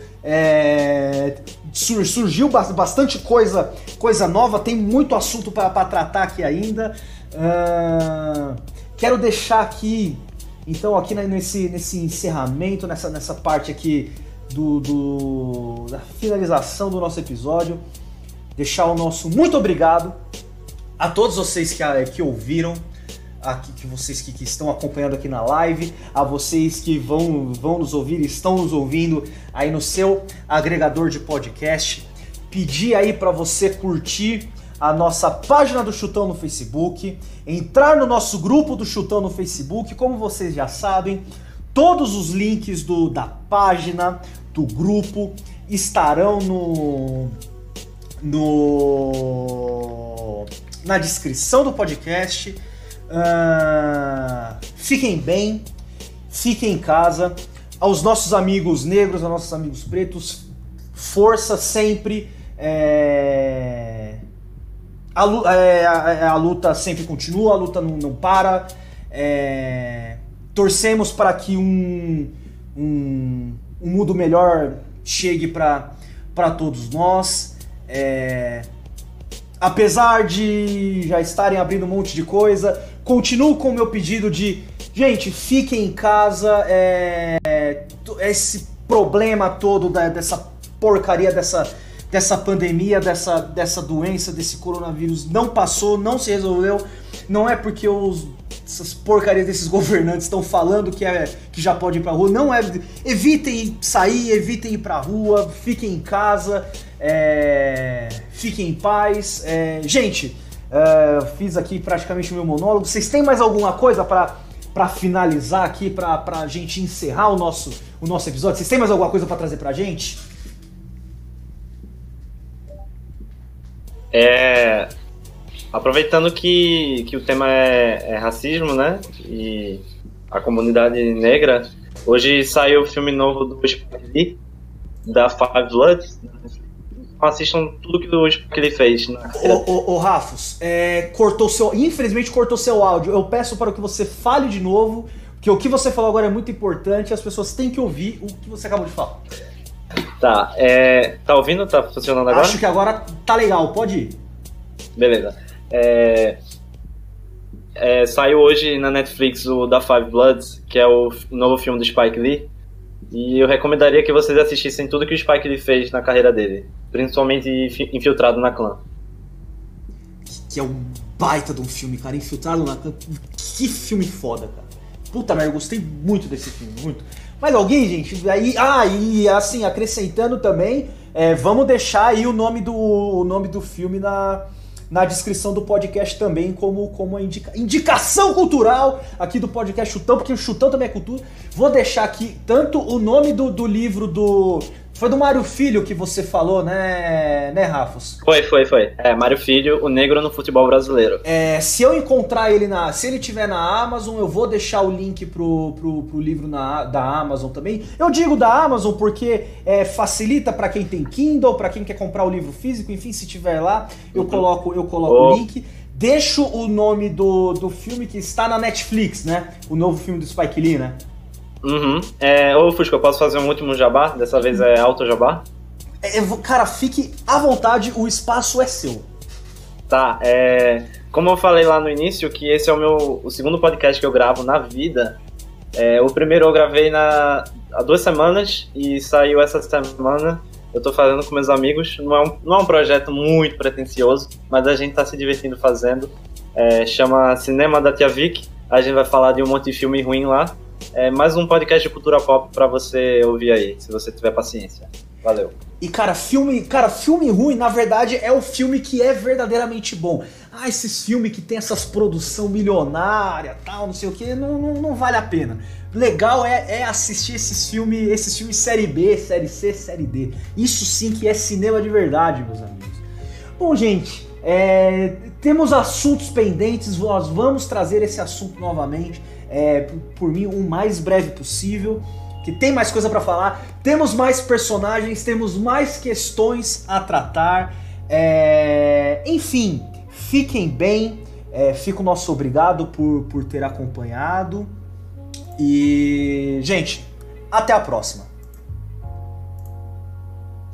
surgiu bastante coisa nova, tem muito assunto para tratar aqui ainda. Quero deixar aqui, então, aqui nesse encerramento, nessa parte aqui da finalização do nosso episódio, deixar o nosso muito obrigado a todos vocês que ouviram, que vocês que estão acompanhando aqui na live, a vocês que vão nos ouvir, estão nos ouvindo aí no seu agregador de podcast. Pedir aí para você curtir a nossa página do Chutão no Facebook, entrar no nosso grupo do Chutão no Facebook. Como vocês já sabem, todos os links da página, do grupo, estarão na descrição do podcast. Fiquem bem, fiquem em casa. Aos nossos amigos negros, aos nossos amigos pretos, força sempre. A luta sempre continua, a luta não para. Torcemos para que um mundo melhor chegue para todos nós. Apesar de já estarem abrindo um monte de coisa, continuo com o meu pedido de, gente, fiquem em casa. Esse problema todo dessa porcaria, dessa pandemia, dessa doença, desse coronavírus não passou, não se resolveu. Não é porque essas porcarias desses governantes estão falando que já pode ir pra rua. Não é. Evitem sair, evitem ir pra rua, fiquem em casa, fiquem em paz. Gente, fiz aqui praticamente o meu monólogo. Vocês têm mais alguma coisa pra finalizar aqui, pra gente encerrar o nosso episódio? Vocês têm mais alguma coisa pra trazer pra gente? Aproveitando que o tema é racismo, né? E a comunidade negra, hoje saiu o filme novo do Spike Lee, da Five Bloods. Assistam tudo que o Spike Lee fez. Ô Rafos, infelizmente cortou seu áudio. Eu peço para que você fale de novo, porque o que você falou agora é muito importante, as pessoas têm que ouvir o que você acabou de falar. Tá, tá ouvindo? Tá funcionando agora? Acho que agora tá legal, pode ir. Beleza. Saiu hoje na Netflix o da Five Bloods, que é o novo filme do Spike Lee, e eu recomendaria que vocês assistissem tudo que o Spike Lee fez na carreira dele, principalmente Infiltrado na Clã. Que é um baita de um filme, cara. Infiltrado na Clã, que filme foda, cara. Puta merda, eu gostei muito desse filme, muito. Mas alguém, gente, e assim, acrescentando também, vamos deixar aí o nome do filme na descrição do podcast também, como uma indicação cultural aqui do podcast Chutão, porque o Chutão também é cultura. Vou deixar aqui tanto o nome do livro do Foi do Mário Filho que você falou, né, Rafos? Foi. Mário Filho, o negro no futebol brasileiro. Se eu encontrar ele se ele tiver na Amazon, eu vou deixar o link pro livro da Amazon também. Eu digo da Amazon porque facilita para quem tem Kindle, para quem quer comprar o livro físico, enfim, se tiver lá, eu coloco o link. Deixo o nome do filme que está na Netflix, né? O novo filme do Spike Lee, né? Ô Fusco, eu posso fazer um último jabá? Dessa vez é auto jabá? Cara, fique à vontade, o espaço é seu. Tá, como eu falei lá no início, que esse é o segundo podcast que eu gravo na vida. O primeiro eu gravei há 2 semanas e saiu essa semana. Eu tô fazendo com meus amigos. Não é um projeto muito pretencioso, mas a gente tá se divertindo fazendo. Chama Cinema da Tia Vic. A gente vai falar de um monte de filme ruim lá. Mais um podcast de cultura pop pra você ouvir aí, se você tiver paciência. Valeu. E filme ruim, na verdade, é o filme que é verdadeiramente bom. Esses filmes que tem essas produção milionária, tal, não sei o que, não vale a pena. Legal é assistir esses filmes série B, série C, série D. Isso sim que é cinema de verdade, meus amigos. Bom, gente, temos assuntos pendentes, nós vamos trazer esse assunto novamente. Por mim, o mais breve possível, que tem mais coisa pra falar, temos mais personagens, temos mais questões a tratar, enfim, fiquem bem, fica o nosso obrigado por ter acompanhado, e, gente, até a próxima.